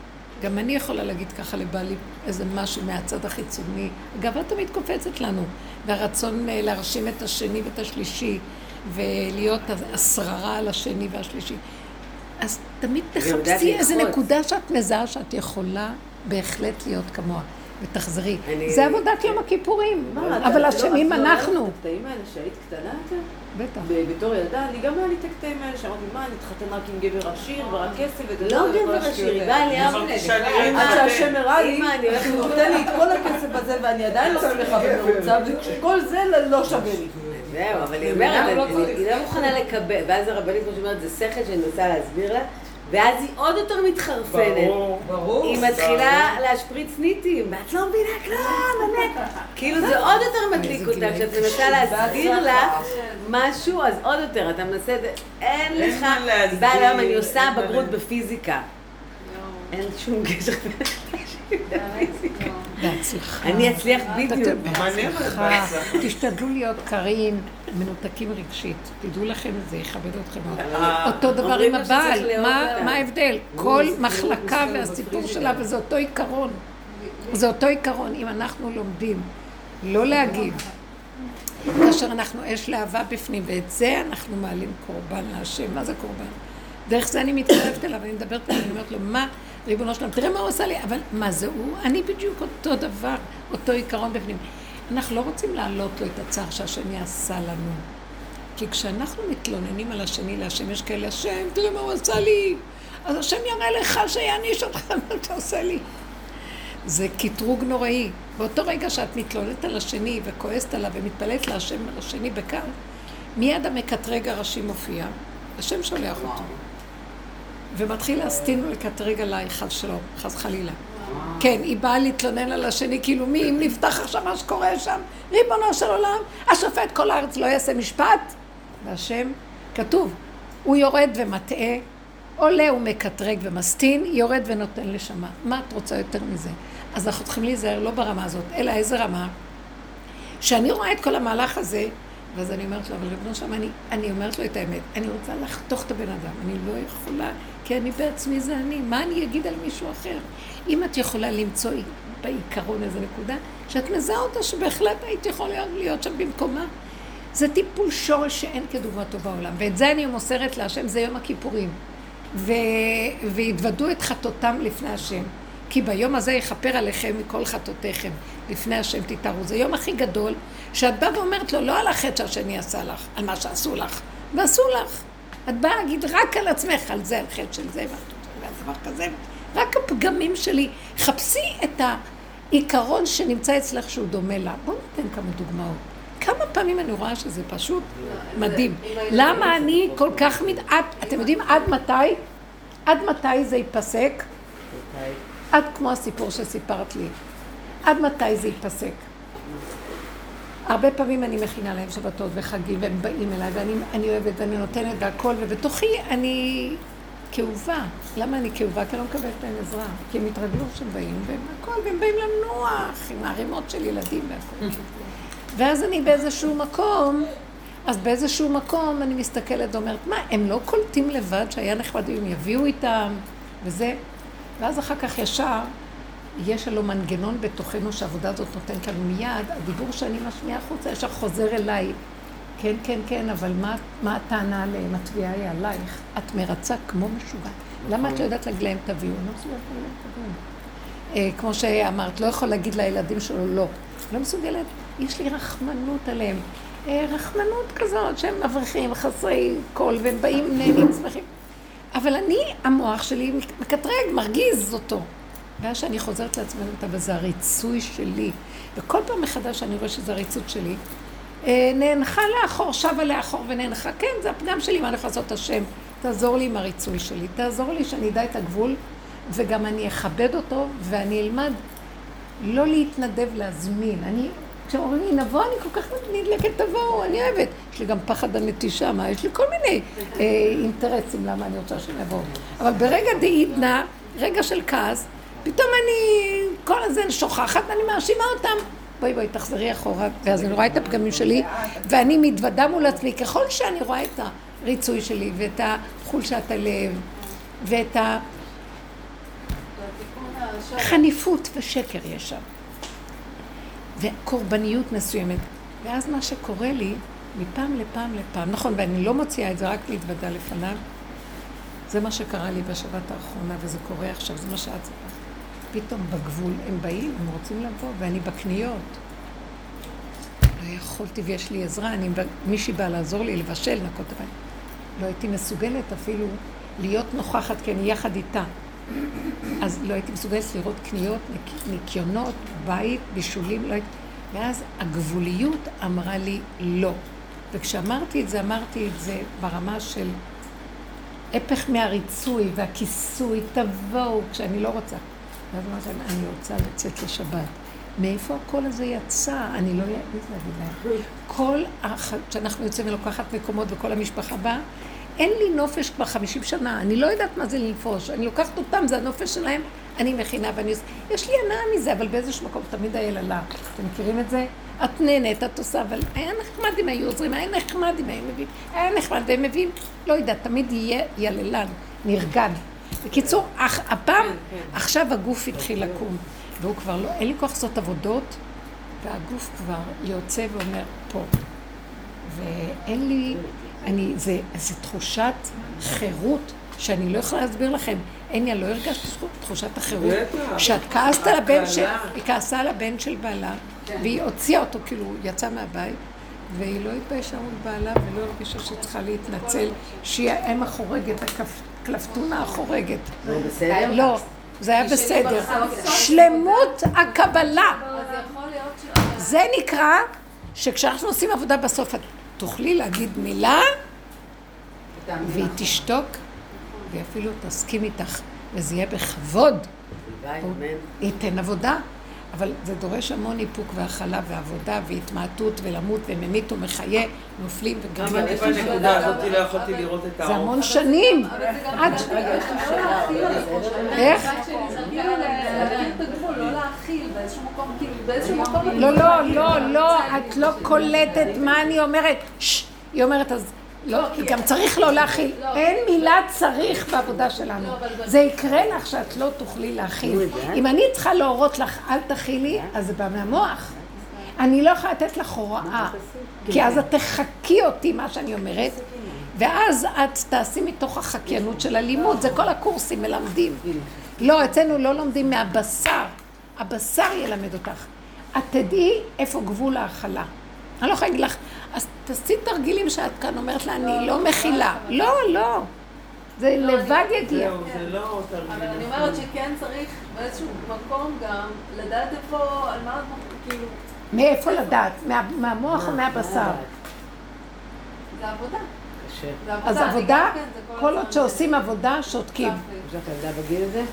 גם אני יכולה להגיד ככה לבעלי איזה משהו מהצד החיצוני. הגאווה תמיד קופצת לנו, והרצון להרשים את השני ואת השלישי, ולהיות השררה על השני והשלישי. אז תמיד תחפשי איזה נקודה שאת מזהה שאת יכולה בהחלט להיות כמוה. ותחזרי. זה עבודת יום הכיפורים, אבל אשמים אנחנו. את הקטעים האלה שהיית קטנה יותר? בטח. בתור ילדה, אני גם היה לי את הקטעים האלה שאמרתי, מה, אני אתחתן רק עם גבר עשיר ורק כסף וזה לא גבר עשיר, היא באה לי עד שהשם הראה לי, הוא נותן לי את כל הכסף הזה ואני עדיין לא שמחה ומרוצה, וכל זה לא שווה לי. זהו, אבל היא אומרת, היא לא מוכנה לקבל, ואז הרבנית כמו שאומרת, זה שכל שאני מנסה להסביר לה, ואז היא עוד יותר מתחרפנת. ברור. היא מתחילה להשפריץ ניטים, ואת לא מבינה כלום, באמת. כאילו זה עוד יותר מדליק אותה, כשאת מנסה להסביר לה משהו, אז עוד יותר, אתה מנסה, אין לך, באה למה אני עושה בגרות בפיזיקה. אין שום קשר. בהצלחה. אני אצליח בדיוק. בהצלחה. תשתדלו להיות קרים, מנותקים רגשית. תדעו לכם, זה יכבד אתכם מאוד. אותו דבר עם הבעל. מה ההבדל? כל מחלקה והסיפור שלה, וזה אותו עיקרון. זה אותו עיקרון. אם אנחנו לומדים לא להגיב, כאשר אנחנו אש להבה בפנים, ואת זה אנחנו מעלים קורבן להשם. מה זה קורבן? דרך זה אני מתקרבת אליו, אני מדברת אליו, אני אומרת לו, מה? ריבונו שלום, תראה מה הוא עשה לי, אבל מה זה הוא? אני בדיוק אותו דבר, אותו עיקרון בפנים. אנחנו לא רוצים להעלות לו את הצער שהשני עשה לנו. כי כשאנחנו מתלוננים על השני להשם, יש כאלה, השם, תראה מה הוא עשה לי. אז השם יראה לך שיעניש אותך מה אתה עושה לי. זה קטרוג נוראי. באותו רגע שאת מתלוננת על השני וכועסת עליו ומתפלאת להשם על השני בקר, מיד המקטרג הראשי מופיע, השם שולח אותו. ומתחיל להסתין ולקטרג עליי, חס שלום, חס חלילה. כן, היא באה להתלונן על השני, כאילו מי, אם נפתח עכשיו מה שקורה שם, ריבונו של עולם, השופט כל הארץ לא יעשה משפט. והשם, כתוב, הוא יורד ומטעה, עולה ומקטרג ומסתין, יורד ונותן לשמה. מה את רוצה יותר מזה? אז אנחנו צריכים להיזהר לא ברמה הזאת, אלא איזה רמה? שאני רואה את כל המהלך הזה, ואז אני אומרת לו, אבל ריבונו שם, אני אומרת לו את האמת, אני רוצה לחתוך את הבן אדם, אני לא יכולה, כי אני בעצמי זה אני, מה אני אגיד על מישהו אחר? אם את יכולה למצוא בעיקרון איזו נקודה, שאת מזהה אותה שבהחלט היית יכולה להיות שם במקומה, זה טיפול שורש שאין כדוגמתו בעולם, ואת זה אני מוסרת להשם, זה יום הכיפורים, והתוודו את חטאותם לפני השם, כי ביום הזה יכפר עליכם מכל חטאותיכם, לפני השם תתארו. זה יום הכי גדול, שאת באה ואומרת לו, לא על החטא שהשני עשה לך, על מה שעשו לך, ועשו לך. את באה להגיד רק על עצמך, על זה, על חטא של זה, ועל דבר כזה. רק הפגמים שלי, חפשי את העיקרון שנמצא אצלך שהוא דומה לה. בואו ניתן כמה דוגמאות. כמה פעמים אני רואה שזה פשוט מדהים. למה אני כל כך אתם יודעים עד מתי? עד מתי זה ייפסק? עד כמו הסיפור שסיפרת לי. עד מתי זה ייפסק? הרבה פעמים אני מכינה להם שבתות וחגים, והם באים אליי, ואני אוהבת ואני נותנת והכל, ובתוכי אני כאובה. למה אני כאובה? כי אני לא מקבלת להם עזרה. כי הם התרגלו שהם באים, והכל, והם באים לנוח, עם הערימות של ילדים והכל. ואז אני באיזשהו מקום אני מסתכלת ואומרת, מה, הם לא קולטים לבד שהיה נחמד, הם יביאו איתם, וזה. ואז אחר כך ישר, יש לו מנגנון בתוכנו שהעבודה הזאת נותנת לנו מיד, הדיבור שאני משמיעה חוצה, ישר חוזר אליי. כן, כן, כן, אבל מה הטענה עליהם? התביעה היא עלייך. את מרצה כמו משוגע. למה את לא יודעת להגיד להם תביאו? אני לא מסוגלת להגיד להם תביאו. כמו שאמרת, לא יכול להגיד לילדים שלו לא. לא מסוגלת. יש לי רחמנות עליהם. רחמנות כזאת שהם מבריחים, חסרי קול, והם באים נהנים, שמחים. אבל אני, המוח שלי מקטרג, מרגיז אותו. ואז שאני חוזרת לעצמי אותה, וזה הריצוי שלי. וכל פעם מחדש אני רואה שזה הריצות שלי. נהנחה לאחור, שווה לאחור ונהנחה. כן, זה הפגם שלי, מה אני לעשות השם? תעזור לי עם הריצוי שלי. תעזור לי שאני אדע את הגבול, וגם אני אכבד אותו, ואני אלמד לא להתנדב להזמין. כשאומרים לי, נבוא, אני כל כך נדלקת, תבואו, אני אוהבת. יש לי גם פחד הנטישה, מה? יש לי כל מיני אינטרסים למה אני רוצה שנבוא. אבל ברגע דעידנה, רגע של כעס, פתאום אני כל הזמן שוכחת ואני מאשימה אותם. בואי, תחזרי אחורה. ואז אני רואה את הפגמים שלי, ואני מתוודה מול עצמי, ככל שאני רואה את הריצוי שלי, ואת החולשת הלב, ואת חניפות ושקר יש שם. וקורבניות מסוימת. ואז מה שקורה לי, מפעם לפעם, נכון, ואני לא מוציאה את זה, רק להתוודע לפניו, זה מה שקרה לי בשבת האחרונה, וזה קורה עכשיו, זה מה שאת סיפרת. פתאום בגבול הם באים, הם רוצים לבוא, ואני בקניות. לא יכולתי ויש לי עזרה, מישהי באה לעזור לי לבשל, נקות הבית. לא הייתי מסוגלת אפילו להיות נוכחת, כי אני יחד איתה. אז לא הייתי מסוגלת לראות קניות, ניקיונות, בית, בישולים, לא הייתי... ואז הגבוליות אמרה לי לא. וכשאמרתי את זה, אמרתי את זה ברמה של הפך מהריצוי והכיסוי, תבואו, כשאני לא רוצה. ואז אמרתי להם, אני רוצה לצאת לשבת. מאיפה הכל הזה יצא? אני לא אעז להגיד להם. כל שאנחנו יוצאים ולוקחת מקומות וכל המשפחה באה, אין לי נופש כבר 50 שנה, אני לא יודעת מה זה לנפוש. אני לוקחת אותם, זה הנופש שלהם, אני מכינה ואני עושה. יש לי הנאה מזה, אבל באיזשהו מקום תמיד היללה. אתם מכירים את זה? את נהנית, את עושה, אבל היה נחמד אם היו עוזרים, היה נחמד אם היו מביאים, היה נחמד והם מביאים, לא יודעת, תמיד יהיה יללן, נרגן. בקיצור, הפעם, עכשיו הגוף התחיל לקום, והוא כבר לא, אין לי כוח לעשות עבודות, והגוף כבר יוצא ואומר, פה. ואין לי, זה תחושת חירות, שאני לא יכולה להסביר לכם. אין, לא הרגשת תחושת החירות. שאת כעסת על הבן היא כעסה על הבן של בעלה, והיא הוציאה אותו, כאילו, יצא מהבית, והיא לא התביישה מול בעלה, ולא הרגישה שצריכה להתנצל, שהיא האם החורגת, הכלפתונה החורגת. לא, זה היה בסדר. שלמות הקבלה. זה נקרא שכשאנחנו עושים עבודה בסוף, את תוכלי להגיד מילה, והיא תשתוק, ואפילו תסכים איתך, וזה יהיה בכבוד. ייתן עבודה, אבל זה דורש המון איפוק והאכלה ועבודה והתמעטות ולמות וממית ומחיה, נופלים וגם... אבל איפה הנקודה הזאת לא יכולתי לראות את האור? זה המון שנים. איך? לא להאכיל באיזשהו מקום, כאילו באיזשהו מקום... לא, את לא קולטת מה אני אומרת. היא אומרת אז... לא, כי גם צריך לא להכיל. אין מילה צריך בעבודה שלנו. זה יקרה לך שאת לא תוכלי להכיל. אם אני צריכה להורות לך, אל תכילי, אז זה בא מהמוח. אני לא יכולה לתת לך הוראה, כי אז את תחכי אותי, מה שאני אומרת, ואז את תעשי מתוך החקיינות של הלימוד. זה כל הקורסים מלמדים. לא, אצלנו לא לומדים מהבשר. הבשר ילמד אותך. את תדעי איפה גבול האכלה. אני לא יכולה להגיד לך, אז תעשי תרגילים שאת כאן אומרת לה, אני לא מכילה. לא. זה לבד יגיע. זה לא תרגילים. אבל אני אומרת שכן צריך באיזשהו מקום גם לדעת איפה, על מה כאילו... מאיפה לדעת? מהמוח או מהבשר? זה עבודה. אז עבודה, כל עוד שעושים עבודה, שותקים. יש לך ילדה בגיל הזה?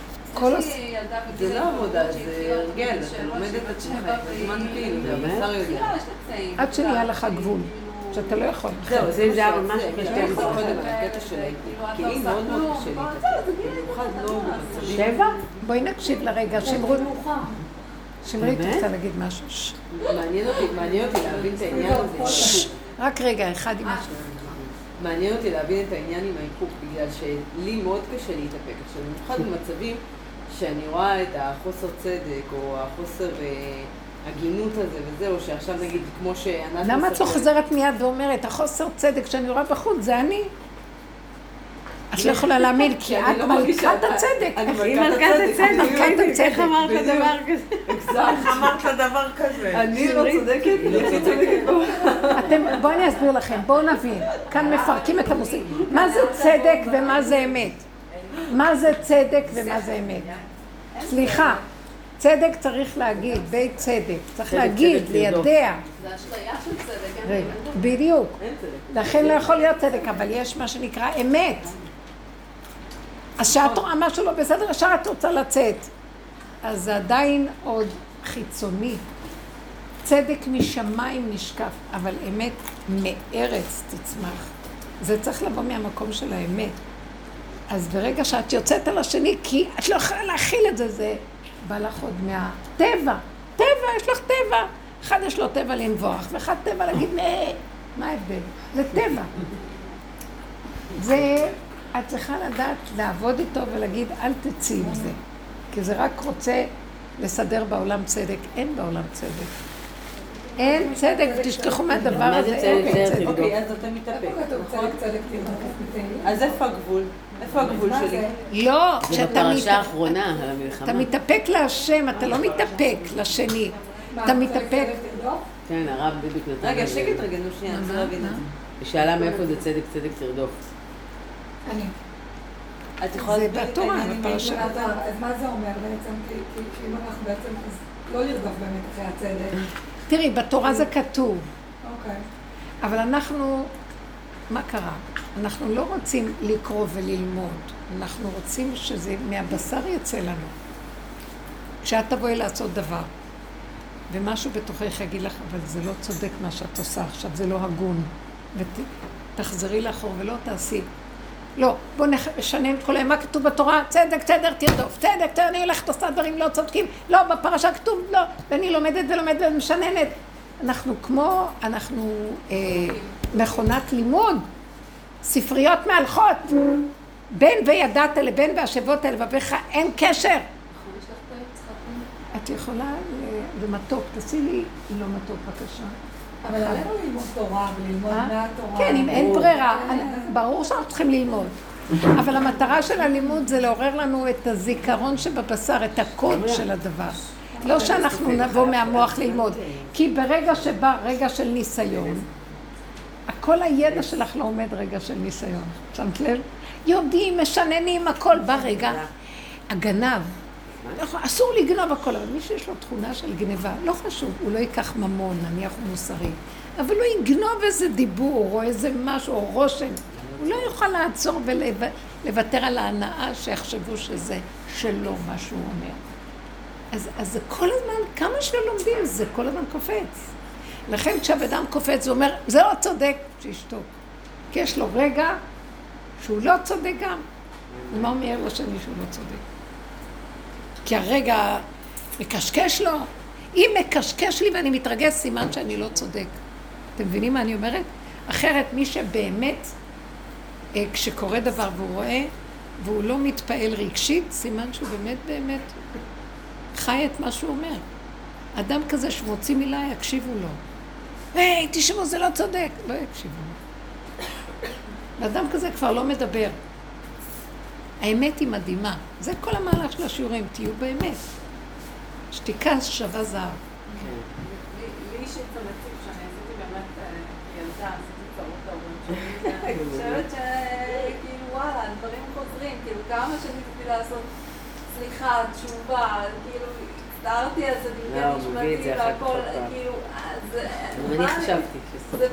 זה לא עבודה, זה הרגל, את לומדת את עצמך, בזמן כאילו, והבשר יודע. עד שנהיה לך גבול, שאתה לא יכול. זהו, זה היה ממש קשה קודם, הקטע שלי, כי היא מאוד מאוד קשה לי, במיוחד לא במצבים. 7? בואי נקשיב לרגע, שמרית רוצה להגיד משהו. מעניין אותי להבין את העניין הזה. רק רגע, אחד עם משהו. מעניין אותי להבין את העניין עם האיפוק, בגלל שלי מאוד קשה להתאפק. עכשיו, במיוחד במצבים שאני רואה את החוסר צדק, או החוסר הגינות הזה וזהו, שעכשיו נגיד, כמו שענת... למה את לא חוזרת מיד ואומרת, החוסר צדק שאני רואה בחוץ, זה אני? את לא יכולה להאמין, כי את מלכת הצדק. היא מלכת הצדק. איך אמרת לדבר כזה? איך אמרת לדבר כזה? אני לא צודקת, לא צודקת בו. בואו אני אסביר לכם, בואו נבין. כאן מפרקים את המושג. מה זה צדק ומה זה אמת? מה זה צדק ומה זה אמת? סליחה, צדק צריך להגיד, בית צדק. צריך להגיד, לידע. זה אשליה של צדק, אין צדק. בדיוק. לכן לא יכול להיות צדק, אבל יש מה שנקרא אמת. אז שאת רואה משהו לא בסדר, ישר את רוצה לצאת. אז זה עדיין עוד חיצוני. צדק משמיים נשקף, אבל אמת מארץ תצמח. זה צריך לבוא מהמקום של האמת. אז ברגע שאת יוצאת על השני, כי את לא יכולה להכיל את זה, זה בא לך עוד מהטבע. טבע, יש לך טבע. אחד יש לו טבע לנבוח, ואחד טבע להגיד, מה ההבדל? זה טבע. זה... את צריכה לדעת לעבוד איתו ולהגיד, אל תצאי עם זה. כי זה רק רוצה לסדר בעולם צדק. אין בעולם צדק. אין צדק, תשכחו מהדבר הזה, אין צדק. אוקיי, אז אתה מתאפק. אז איפה הגבול? איפה הגבול שלי? לא, זה כשאתה בפרשה האחרונה, על המלחמה. אתה מתאפק להשם, אתה לא מתאפק לשני. אתה מתאפק. כן, הרב בדיוק נתן. רגע, שקט רגע, נו שנייה, אני רוצה להבין את זה. היא שאלה מאיפה זה צדק, צדק תרדוף. את יכולה זה להסביר לי את בתורה, העניינים בפרשה. האלה? אז מה זה אומר בעצם? כי אם אנחנו בעצם, אז לא לרדוף באמת אחרי הצדק. תראי, בתורה זה כתוב, אוקיי. אבל אנחנו, מה קרה? אנחנו לא רוצים לקרוא וללמוד, אנחנו רוצים שזה מהבשר יצא לנו. כשאת תבואי לעשות דבר, ומשהו בתוכך יגיד לך, אבל זה לא צודק מה שאת עושה עכשיו, זה לא הגון, ותחזרי לאחור ולא תעשי. לא, בוא נשנה את כל היום, מה כתוב בתורה? צדק, צדק, תרדוף, צדק, אני הולכת עושה דברים לא צודקים, לא, בפרשה כתוב, לא, ואני לומדת ולומדת ומשננת. אנחנו מכונת לימוד, ספריות מהלכות, בין וידעת לבין והשבות אל לבביך, אין קשר. את יכולה, במתוק, תעשי לי לא מתוק, בבקשה. אבל עלינו ללמוד תורה וללמוד מהתורה. כן, אם אין ברירה, ברור שאנחנו צריכים ללמוד. אבל המטרה של הלימוד זה לעורר לנו את הזיכרון שבבשר, את הקוד של הדבר. לא שאנחנו נבוא מהמוח ללמוד. כי ברגע שבא רגע של ניסיון, כל הידע שלך לא עומד רגע של ניסיון. שמת לב? יודעים, משננים, הכל בא רגע. הגנב, אסור לגנוב הכל, אבל מי שיש לו תכונה של גניבה, לא חשוב, הוא לא ייקח ממון, נניח הוא מוסרי, אבל הוא יגנוב איזה דיבור או איזה משהו או רושם, הוא לא יוכל לעצור ולוותר על ההנאה שיחשבו שזה שלו מה שהוא אומר. אז זה כל הזמן, כמה שלומדים, זה כל הזמן קופץ. לכן כשהאדם קופץ, הוא אומר, זה לא צודק, שישתוק. כי יש לו רגע שהוא לא צודק גם. ומה אומר לשני שהוא לא צודק? כי הרגע מקשקש לו. אם מקשקש לי ואני מתרגש, סימן שאני לא צודק. אתם מבינים מה אני אומרת? אחרת מי שבאמת, כשקורה דבר והוא רואה, והוא לא מתפעל רגשית, סימן שהוא באמת חי את מה שהוא אומר. אדם כזה שמוציא מילה, יקשיבו לו. היי, תשמעו, זה לא צודק. לא יקשיבו לו. אדם כזה כבר לא מדבר. האמת היא מדהימה. זה כל המהלך של השיעורים, תהיו באמת. שתיקה שווה זהב. לי אישית זה מציב שאני עשיתי באמת ילדה, עשיתי צרות ההורים שלי. אני חושבת שכאילו וואלה, דברים חוזרים, כאילו כמה שניסיתי לעשות סליחה, תשובה, כאילו הצטערתי על זה, בגלל נשמעתי והכל, כאילו, אז... אני חשבתי זה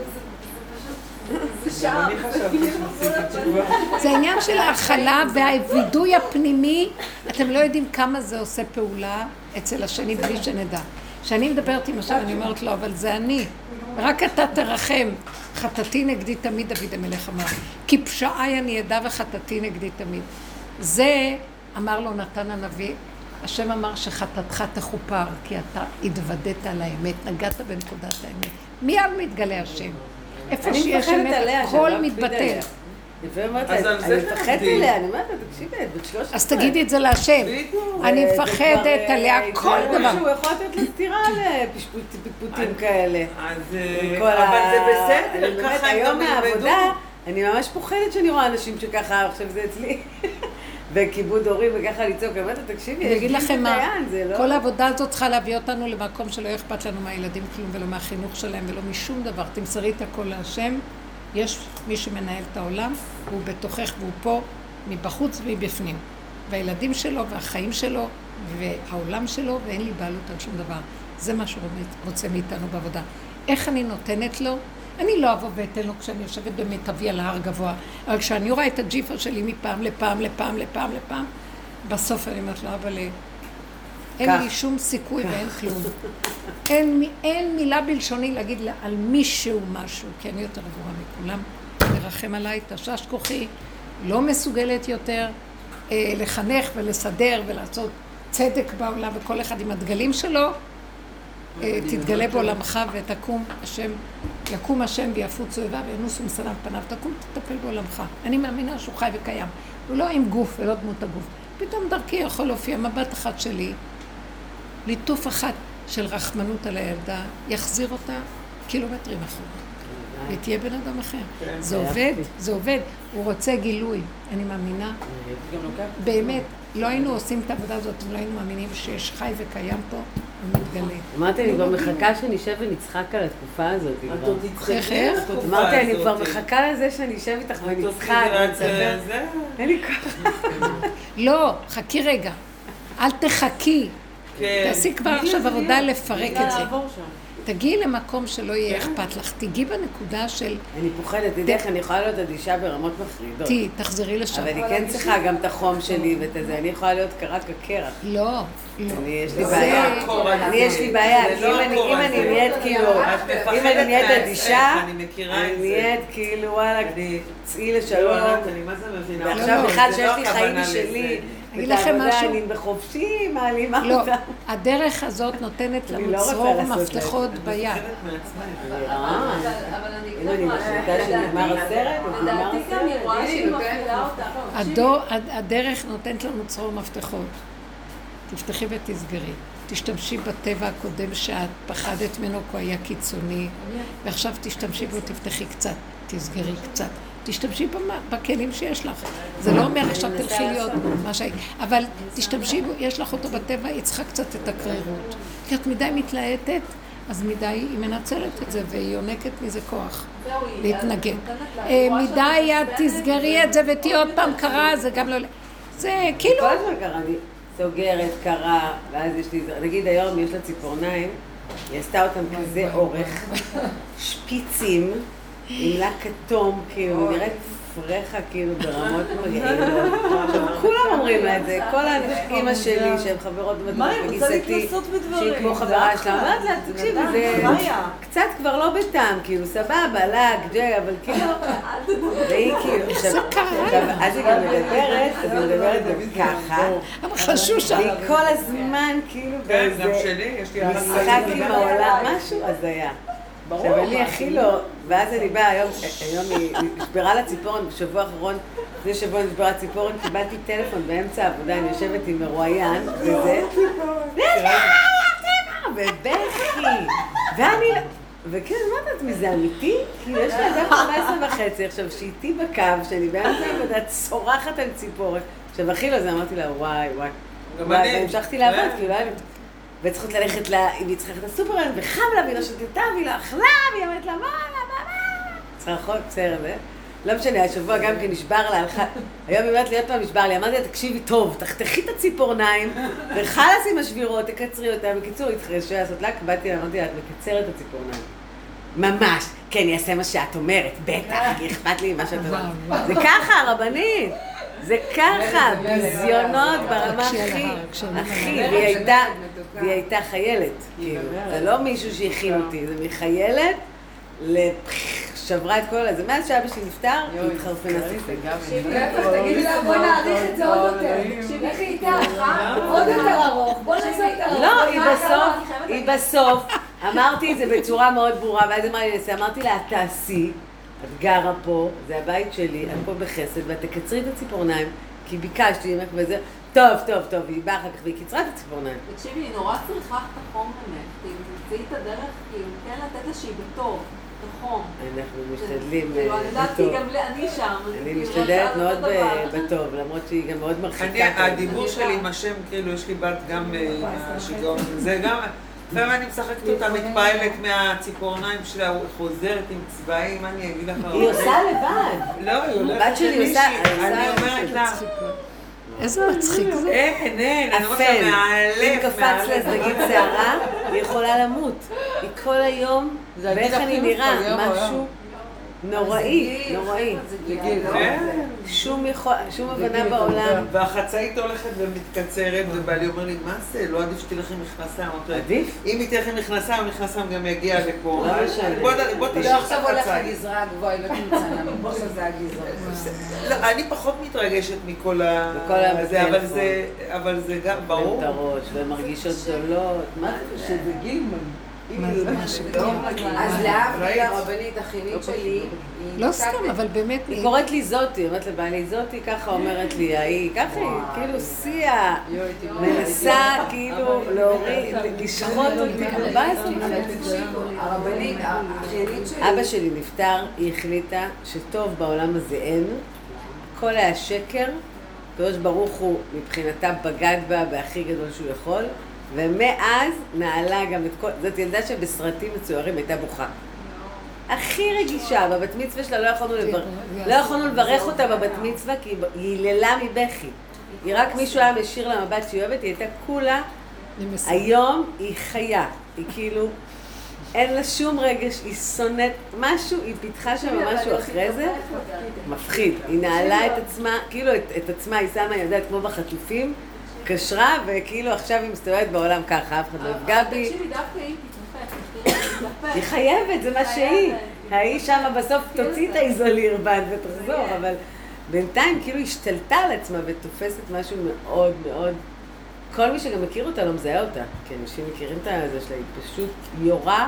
שם, זה כאילו... זה העניין של ההכלה והווידוי הפנימי, אתם לא יודעים כמה זה עושה פעולה אצל השני בלי שנדע. כשאני מדברת עם השם, אני אומרת לו, אבל זה אני. רק אתה תרחם. חטאתי נגדי תמיד, דוד המלך אמר. כי פשעי אני ידע וחטאתי נגדי תמיד. זה, אמר לו נתן הנביא, השם אמר שחטאתך תכופר, כי אתה התוודית על האמת, נגעת בנקודת האמת. מיד מתגלה השם. איפה שיש אמת, הכל מתבטל. לפעמים אמרת לה, אני מפחדת עליה, אני אומרת לה, תקשיבי, בת 13. אז תגידי את זה להשם. אני מפחדת עליה כל דבר. הוא יכול לתת לסתירה על פטפוטים כאלה. אבל זה בסדר, ככה הם היום גם ילמדו. מהעבודה, אני ממש פוחדת שאני רואה אנשים שככה, עכשיו זה אצלי. וכיבוד הורים וככה לצעוק, אני אומרת, תקשיבי, אני אגיד לכם מה, לא... כל העבודה הזאת צריכה להביא אותנו למקום שלא אכפת לנו מהילדים כלום ולא מהחינוך שלהם ולא משום דבר. תמסרי את הכל להשם, יש מי שמנהל את העולם, הוא בתוכך והוא פה, מבחוץ ומבפנים. והילדים שלו והחיים שלו והעולם שלו, ואין לי בעלות על שום דבר. זה מה שהוא רוצה מאיתנו בעבודה. איך אני נותנת לו? אני לא אבוא ואתן לו כשאני יושבת במיטבי על ההר גבוה, אבל כשאני רואה את הג'יפה שלי מפעם לפעם, בסוף אני אומרת לו, אבל אין לי שום סיכוי ואין כלום. אין מילה בלשוני להגיד על מישהו משהו, כי אני יותר גבוהה מכולם. לרחם עליי, תשש כוחי, לא מסוגלת יותר לחנך ולסדר ולעשות צדק בעולם, וכל אחד עם הדגלים שלו, תתגלה בעולמך יקום השם ויפוץ אויביו וינוסו משנאיו פניו, תקום תטפל בעולמך. אני מאמינה שהוא חי וקיים. הוא לא עם גוף ולא דמות הגוף. פתאום דרכי יכול להופיע מבט אחד שלי, ליטוף אחת של רחמנות על הילדה, יחזיר אותה קילומטרים אחורה. ותהיה בן אדם אחר. זה עובד, זה עובד. הוא רוצה גילוי, אני מאמינה. באמת, לא היינו עושים את העבודה הזאת, אם לא היינו מאמינים שיש חי וקיים פה, הוא מתגלה. אמרתי, אני כבר מחכה שנשב ונצחק על התקופה הזאת. איך? אמרתי, אני כבר מחכה לזה שאני אשב איתך ונצחק, ונצחק. אין לי כוח. לא, חכי רגע. אל תחכי. תעשי כבר עכשיו עבודה לפרק את זה. תגיעי למקום שלא יהיה אכפת לך. תגיעי בנקודה של... אני פוחדת, תדעך, אני יכולה להיות אדישה ברמות מחרידות. תחזרי לשם. אבל אני כן צריכה גם את החום שלי ואת זה. אני יכולה להיות קרת כקרח. לא, לא. יש לי בעיה. אני יש לי בעיה. אם אני נהיית כאילו... אם אני נהיית אדישה, אני נהיית כאילו, וואלה, צאי לשלום. ועכשיו בכלל שיש לי חיים משלי. אגיד לכם משהו? אני בחופשי, מעלימה לא, אותה. הדרך הזאת נותנת לנו צרור מפתחות ביד. אבל אני אם אני מחליטה שנגמר הסרט, אז נגמר לדעתי גם היא רואה שהיא מפעילה אותה. הדרך נותנת לנו צרור מפתחות. תפתחי ותסגרי. תשתמשי בטבע הקודם שאת פחדת ממנו, כי הוא היה קיצוני, ועכשיו תשתמשי בו, תפתחי קצת, תסגרי קצת. תשתמשי בכלים שיש לך. זה לא אומר עכשיו תלכי להיות מה שהיא. אבל תשתמשי בו, יש לך אותו בטבע, היא צריכה קצת את הקרירות. כי את מדי מתלהטת, אז מדי היא מנצלת את זה, והיא יונקת מזה כוח להתנגד. מדי את תסגרי את זה ותהי עוד פעם קרה, זה גם לא... זה כאילו... כל הזמן קרה, אני סוגרת, קרה, ואז יש לי... נגיד היום יש לה ציפורניים, היא עשתה אותם כזה אורך, שפיצים, עם לה כתום, כאילו, נראית פרחה, כאילו, ברמות מגעילות. כולם אומרים לה את זה, כל האמא שלי, שהן חברות בגיסתי, שהיא כמו חברה שלה, אומרת לה, תקשיבי, זה קצת כבר לא בטעם, כאילו, סבבה, לק, ג'י, אבל כאילו, והיא כאילו, אז היא גם מדברת, אז היא מדברת גם ככה, והיא כל הזמן, כאילו, באיזה משחק עם העולם, משהו, אז היה. עכשיו אני הכי לא, ואז אני באה היום היא נשברה לה ציפורן, בשבוע האחרון, לפני שבוע נשברה ציפורן, קיבלתי טלפון באמצע העבודה, אני יושבת עם מרואיין, וזה, ובכי, ואני, וכן, מה יודעת מי זה אמיתי? כאילו יש לי אדם 15.5, עכשיו שאיתי בקו, שאני באמצע העבודה צורחת על ציפורן, עכשיו הכי לא, זה אמרתי לה, וואי, והמשכתי לעבוד, כאילו היה לי... וצריכות ללכת לה, היא צריכה ללכת לסופרן, וחם לה, והיא לא שתתה, והיא לא אכלה, והיא אמרת לה, מה? צרחות, בסדר, זה? לא משנה, השבוע גם כן נשבר לה, הלכה, היום היא אומרת לי, עוד פעם נשבר לי, אמרתי לה, תקשיבי טוב, תחתכי את הציפורניים, וחלס עם השבירות, תקצרי אותה, בקיצור, התחרשו לעשות לק, באתי לה, אמרתי לה, את מקצרת את הציפורניים. ממש, כן, אני אעשה מה שאת אומרת, בטח, כי אכפת לי מה שאת אומרת. זה ככה, הרבנית. זה ככה, ביזיונות ברמה הכי, והיא הייתה חיילת, זה לא מישהו שהכין אותי, זה מחיילת, שברה את כל הזה, מאז שאבא שלי נפטר, היא התחרפנה ספק. תגידי לה, בואי נעריך את זה עוד יותר, איך היא איתך, עוד יותר ארוך, בואי נעשה יותר ארוך. לא, היא בסוף, אמרתי את זה בצורה מאוד ברורה, ואז אמרתי לה, את תעשי, את גרה פה, זה הבית שלי, את פה בחסד, ואת תקצרי את הציפורניים, כי ביקשתי ממך וזה, טוב, היא באה אחר כך והיא קיצרה את הציפורניים. תקשיבי, היא נורא צריכה את החום ממך, כאילו, תמצאי את הדרך, כאילו, כן לתת לה שהיא בטוב, את החום. אנחנו משתדלים בטוב. אני יודעת, כי גם אני שם. אני משתדלת מאוד בטוב, למרות שהיא גם מאוד מרחיקה. הדיבור שלי עם השם, כאילו, יש לי בת גם עם השיגעון, זה גם... לפעמים אני משחקת אותה, מתפעלת מהציפורניים שלה, הוא חוזרת עם צבעים, אני אגיד לך... היא עושה לבד. לא, היא הולכת למישהי, אני אומרת לה... איזה מצחיק זה. אין, אני רוצה מהלב. אם קפץ לה זגית שערה, היא יכולה למות. היא כל היום, ואיך אני נראה, משהו נוראי. שום הבנה בעולם. והחצאית הולכת ומתקצרת, ובעלי אומר לי, מה זה? לא עדיף שתלך עם מכנסיים. עדיף? אם היא תלך עם מכנסיים גם יגיע לפה. בוא תשאיר לא, את עכשיו הולך החצאית. לגזרה הגבוהה, לא תמצא לה, מבוס הזה הגזרה. אני פחות מתרגשת מכל זה, אבל זה גם ברור. את הראש, ומרגישות גדולות. שזה גילמן. מה זה משהו טוב? אז להבדיל הרבנית החינית שלי, לא סתם, אבל באמת... היא קוראת לי זאתי, אומרת לבעלי זאתי, ככה אומרת לי, ההיא, ככה היא, כאילו שיאה, מנסה כאילו להוריד, לשחוט אותי, 14 וחצי. הרבנית החינית שלי... אבא שלי נפטר, היא החליטה שטוב בעולם הזה אין, הכל היה שקר, הקדוש ברוך הוא מבחינתה בגד בה בהכי גדול שהוא יכול, ומאז נעלה גם את כל... זאת ילדה שבסרטים מצוירים הייתה בוכה. הכי רגישה, בבת מצווה שלה לא יכולנו לברך אותה בבת מצווה כי היא היללה מבכי. היא רק מישהו היה משאיר לה מבט שהיא אוהבת, היא הייתה כולה. היום היא חיה, היא כאילו, אין לה שום רגש, היא שונאת משהו, היא פיתחה שם משהו אחרי זה, מפחיד. היא נעלה את עצמה, כאילו את עצמה היא שמה, היא יודעת, כמו בחטופים, קשרה, וכאילו עכשיו היא מסתובבת בעולם ככה, אף אחד לא יפגע בי. תקשיבי, דווקא היא תתנפק. היא חייבת, זה מה שהיא. היא שמה בסוף תוציא את האיזוליר בד ותחזור, אבל בינתיים כאילו השתלטה על עצמה ותופסת משהו מאוד מאוד... כל מי שגם מכיר אותה לא מזהה אותה, כי אנשים מכירים את זה שלה, היא פשוט יורה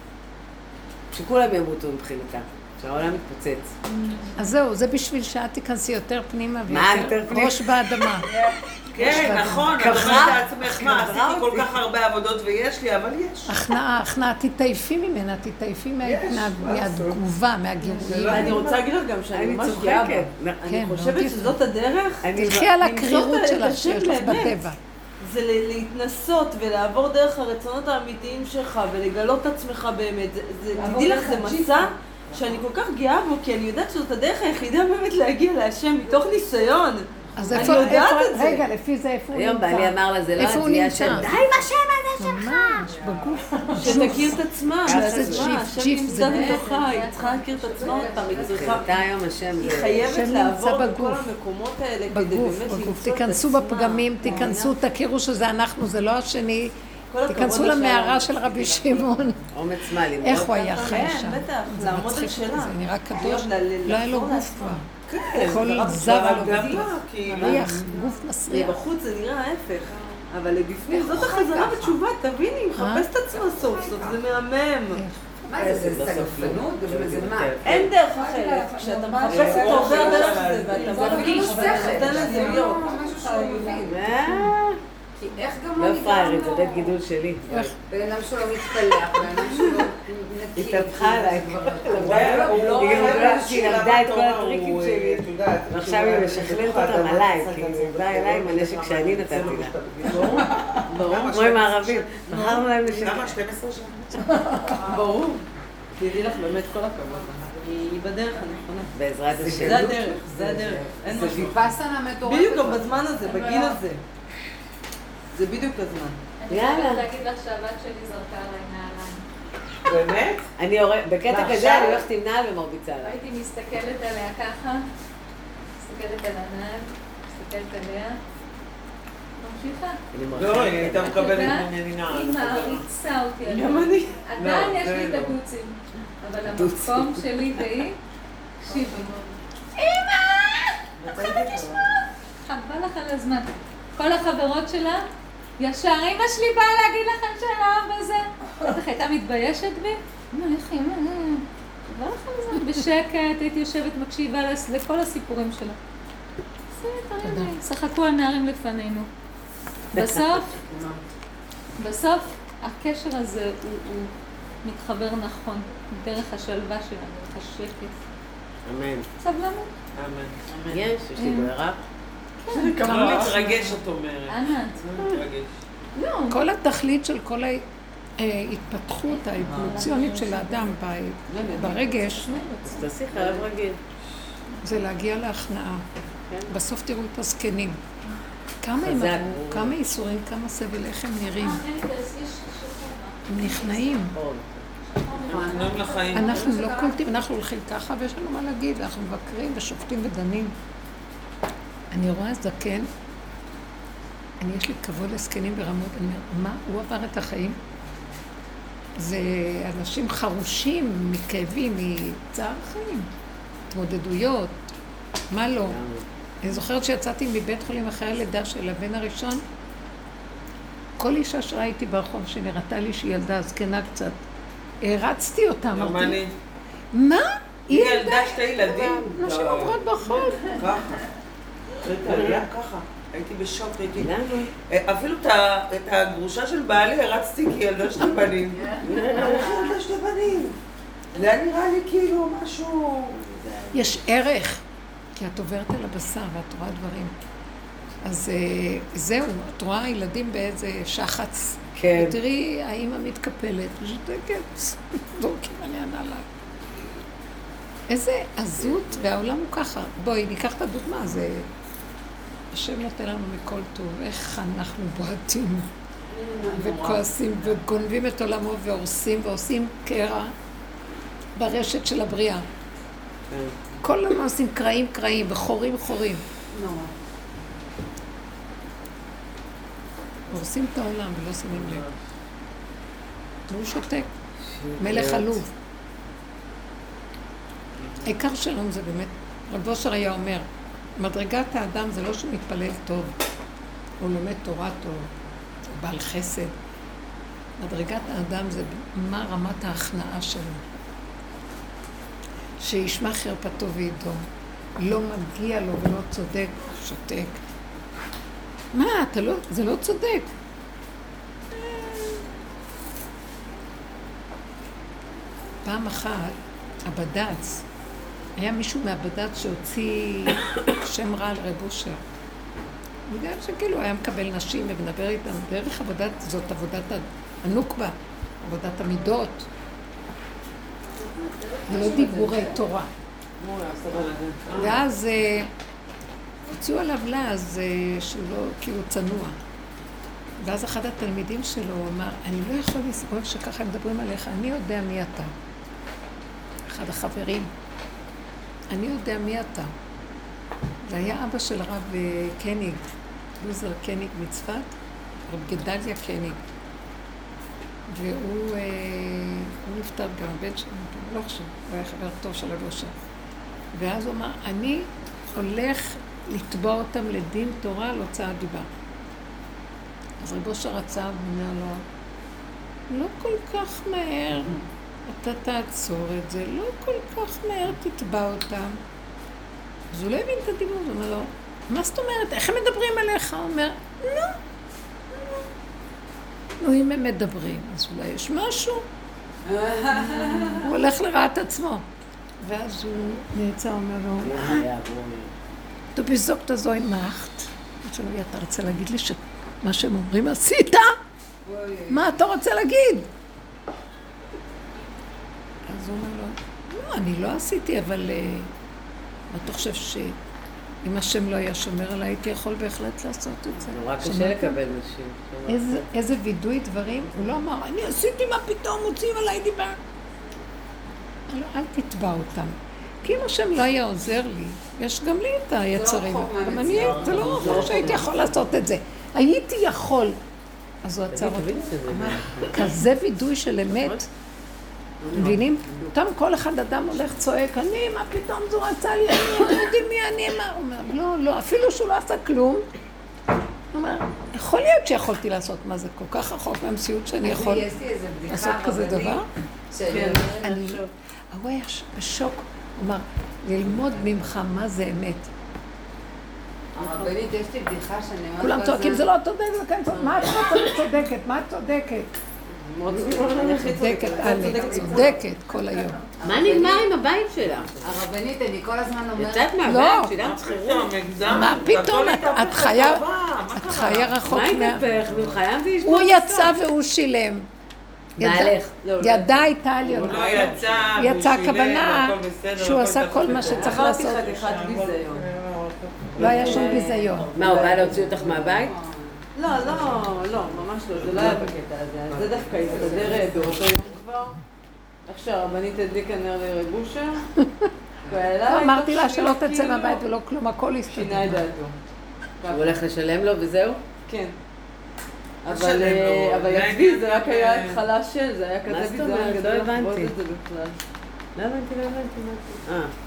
שכולם ימותו מבחינתה, שהעולם מתפוצץ. אז זהו, זה בשביל שאת תיכנסי יותר פנימה מה יותר פנימה? ראש באדמה. כן, נכון, את אומרת לעצמך, מה, עשיתי כל כך הרבה עבודות ויש לי, אבל יש. הכנעה, תתעייפי ממנה, תתעייפי מהתגובה, מהגירויים. אני רוצה להגיד לך גם שאני אני ממש צוחקת. גאה בה. כן, אני מאוד חושבת יפה. שזאת הדרך. תלכי על למצוא הקרירות את שלך השם שיש לך באמת. בטבע. זה להתנסות ולעבור דרך הרצונות האמיתיים שלך ולגלות את עצמך באמת. תדעי לך, זה מסע שאני כל כך גאה בו, כי אני יודעת שזאת הדרך היחידה באמת להגיע להשם מתוך ניסיון. אז אני איפה, יודעת את זה. רגע, לפי זה איפה הוא נמצא? היום בעלי אמר לה, זה לא איפה הוא תהיה נמצא? השם, די עם השם הזה שלך! ממש, בגוף. שתכיר את עצמה, זה בעצמה, ג'יף, השם ג'יף נמצא זה בתוכה, היא צריכה להכיר את עצמה עוד פעם, היא צריכה... מבחינתה היום השם היא זה... חייבת השם לעבור נמצא בכל בגוף. המקומות האלה כדי בגוף, באמת בגוף. למצוא את תיכנסו עצמה. בפגמים, תיכנסו, תכירו שזה אנחנו, זה לא השני. כל הכבוד תיכנסו לשם. למערה של רבי שמעון. אומץ מה, למרות? איך הוא היה חי כן, שם. בטח, זה לעמוד על מצחיק, שלה. זה נראה קדוש. להיות לא היה לו לחזור גוף לעצמה. כבר. כן, הכל זה זר רק לו גבה, בגוף. כאילו. ריח, גוף מסריח. בחוץ זה נראה ההפך, אבל לבפנים זאת החזרה בתשובה, תביני, היא מחפשת את עצמה סוף סוף, זה מהמם. מה זה, זה סגפנות? זה מה? אין דרך אחרת, כשאתה מחפש אתה עובר דרך זה ואתה מרגיש ואתה נותן לזה להיות. משהו שהוא מבין. כי איך גם לא לא פריירית, זה בית גידול שלי. בן אדם שלא מתפלח, בן אדם שלא נקי. התהפכה עליי. הוא היא גם יודעת שהיא למדה את כל הטריקים שלי. את יודעת, ועכשיו היא משכללת אותם עליי, כי היא באה אליי עם הנשק שאני נתתי לה. ברור, כמו עם הערבים. מכרנו להם נשק. למה 12 שנה? ברור. תדעי לך באמת כל הכבוד. היא בדרך הנכונה. בעזרת השם. זה הדרך, זה הדרך. אין זה משהו. ויפאסנה מטורפת. בדיוק גם בזמן הזה, בגיל הזה. זה בדיוק הזמן. אני יאללה. חייבת להגיד לך שהבת שלי זרקה עליי נעליים. באמת? בקטע ועכשיו? כזה אני הולכת עם נעל ומרביצה עליי. הייתי מסתכלת עליה ככה, מסתכלת על הנעל, מסתכלת עליה, ממשיכה. לא, היא הייתה מקבלת ממני נעל. היא מעריצה אותי. גם אני. עדיין יש לי את לא. הדוצים, אבל המקום שלי והיא, תקשיבי. אמא! את חייבת לשמוע! חבל לך על הזמן. כל החברות שלה, ישר, אמא שלי באה להגיד לכם שלום וזה. בטח הייתה מתביישת בי? אמא, איך אמא? חבל לך על הזמן. בשקט, הייתי יושבת מקשיבה לכל הסיפורים שלה. בסדר, שחקו הנערים לפנינו. בסוף, הקשר הזה הוא מתחבר נכון, דרך השלווה שלנו, דרך השקט. אמן. סבלנות. אמן. יש לי ברירה. כמה מתרגש את אומרת. ענת. מתרגש. לא. כל התכלית של כל ההתפתחות האבולוציונית של האדם ברגש, אז תעשי חלב רגיל. זה להגיע להכנעה. בסוף תראו את הזקנים. כמה הם חזק. עברו, כמה ייסורים, כמה סבל, איך הם נראים. אין כזה, יש שחור. הם נכנעים. נעים לחיים. אנחנו לא קולטים, אנחנו הולכים ככה ויש לנו מה להגיד, אנחנו מבקרים ושופטים ודנים. אני רואה זקן, יש לי כבוד לזקנים ברמות, אני אומרת, מה? הוא עבר את החיים? זה אנשים חרושים מכאבים, מצער חיים, התמודדויות, מה לא? אני זוכרת שיצאתי מבית חולים אחרי הלידה של הבן הראשון, כל אישה שראיתי ברחוב שנראתה לי שהיא ילדה זקנה קצת, הרצתי אותה, אמרתי, מה? היא ילדה שתי ילדים? נשים עוברות ברחוב. ככה. ככה. הייתי בשוק, הייתי... אפילו את הגרושה של בעלי הרצתי כי ילדה שתי בנים. ילדה שתי בנים. זה היה נראה לי כאילו משהו... יש ערך, כי את עוברת על הבשר ואת רואה דברים. אז זהו, את רואה ילדים באיזה שחץ. כן. ותראי, האמא מתקפלת ושותקת, זורקים עליה נעלה. איזה עזות, והעולם הוא ככה. בואי, ניקח את הדוגמה, זה... השם נותן לנו מכל טוב, איך אנחנו בועטים וכועסים וגונבים את עולמו והורסים ועושים קרע ברשת של הבריאה. כל הזמן עושים קרעים קרעים וחורים חורים. הורסים את העולם ולא שמים לב. והוא שותק, מלך עלוב. העיקר שלנו זה באמת, רב אושר היה אומר, מדרגת האדם זה לא שהוא מתפלל טוב, הוא לומד תורה טוב, הוא בעל חסד. מדרגת האדם זה מה רמת ההכנעה שלו. שישמע חרפתו וידו, לא מגיע לו ולא צודק, שותק. מה, אתה לא, זה לא צודק. פעם אחת, הבד"ץ, היה מישהו מהבד"ץ שהוציא שם רע על רב אושר. בגלל שכאילו היה מקבל נשים ומדבר איתם, דרך עבודת, זאת עבודת הנוקבה, עבודת המידות. ולא דיבורי תורה. ואז הוציאו עליו לעז שהוא לא, כאילו צנוע. ואז אחד התלמידים שלו אמר, אני לא יכול לסבול שככה הם מדברים עליך, אני יודע מי אתה. אחד החברים. אני יודע מי אתה. זה היה אבא של רב קניג, לוזר קניג מצפת, רב גדליה קניג. והוא נפטר גם, הבן שלנו, לא חושב, הוא היה חבר טוב של רב אושר. ואז הוא אמר, אני הולך לתבוע אותם לדין תורה על הוצאת דיבה. אז רב אושר רצה ואומר לו, לא כל כך מהר אתה תעצור את זה, לא כל כך מהר תתבע אותם. אז הוא לא הבין את הדיבור, הוא אומר לו, מה זאת אומרת, איך הם מדברים עליך? הוא אומר, לא. נו, אם הם מדברים, אז אולי יש משהו. הוא הולך לרעת עצמו. ואז הוא נעצר, אומר לו, du bist sagt so in Macht. אז הוא אומר, אתה רוצה להגיד לי שמה שהם אומרים עשית? מה אתה רוצה להגיד? אז הוא אומר לו, לא, אני לא עשיתי, אבל אתה חושב אם השם לא היה שומר עליי, הייתי יכול בהחלט לעשות את זה. נורא קשה לקבל נשים. איזה וידוי דברים. הוא לא אמר, אני עשיתי מה פתאום, מוציאים עליי דיבה. אל תתבע אותם. כי אם השם לא היה עוזר לי, יש גם לי את היצרים. גם אני, זה לא רחוק שהייתי יכול לעשות את זה. הייתי יכול. אז הוא עצר אותו. כזה וידוי של אמת. מבינים? פתאום כל אחד אדם הולך צועק, אני, מה פתאום זו רצה לי, אני יודעים מי אני, מה? הוא אומר, לא, לא, אפילו שהוא לא עשה כלום. הוא אומר, יכול להיות שיכולתי לעשות מה זה כל כך רחוק מהמציאות שאני יכול לעשות כזה דבר? אני, הוא היה בשוק, הוא אמר, ללמוד ממך מה זה אמת. הרבנית, יש לי בדיחה שאני אומרת... כולם צועקים, זה לא צודק, זה כן צודק, מה את צודקת, מה את צודקת? צודקת, צודקת כל היום. מה נגמר עם הבית שלך? הרבנית, אני כל הזמן אומרת... יצאת מהבית, שילמת שכירות. מה פתאום, את חיה רחוק מה התהפך? הוא חייב לשמוע. הוא יצא והוא שילם. בעלך. ידע הייתה על ידו. הוא לא יצא, יצא הכוונה שהוא עשה כל מה שצריך לעשות. עברתי חתיכת ביזיון. לא היה שום ביזיון. מה, הוא בא להוציא אותך מהבית? לא, ממש לא, זה לא היה בקטע הזה. זה דווקא הסתדר באותו יום כבר. איך שהרבנית הדליקה נר לרב אושר. אמרתי לה שלא תצא מהבית ולא כלום, הכל הסתדר. שינה את דעתו. הוא הולך לשלם לו וזהו? כן. אבל יצבי זה רק היה התחלה של, זה היה כזה ביזיון גדול לחוות את זה בכלל. לא הבנתי.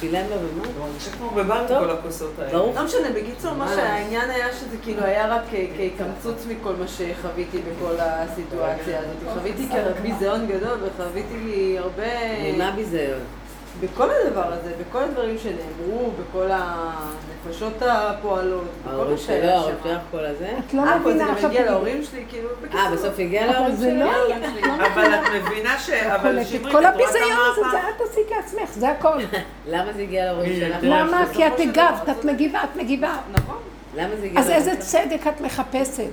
צילם לו ומה? זה מרגיש כמו בבר כל הכוסות האלה. ברוך. לא משנה, בקיצור, מה שהעניין היה שזה כאילו היה רק כקמצוץ מכל מה שחוויתי בכל הסיטואציה הזאת. חוויתי ביזיון גדול וחוויתי הרבה... מה ביזיון? בכל הדבר הזה, בכל הדברים שנאמרו, בכל הנפשות הפועלות, בכל ההורים מה שלו, שהיה ההורים שם. שלך כל הזה? את לא כל זה מבינה גם עכשיו. הגיע להורים שלי, כאילו, בקיצור. בסוף הגיע אבל להורים זה שלי? לא היה. אבל את מבינה אבל קולטת. שמרית, כל את רואה הביזיון כמה הזה, זה הפעם? את עשית לעצמך, זה הכל. למה זה הגיע להורים שלך? למה? כי את בסופו של הגבת, דבר, את מגיבה, את מגיבה. נכון. למה זה הגיע אז להורים איזה שלך? צדק את מחפשת?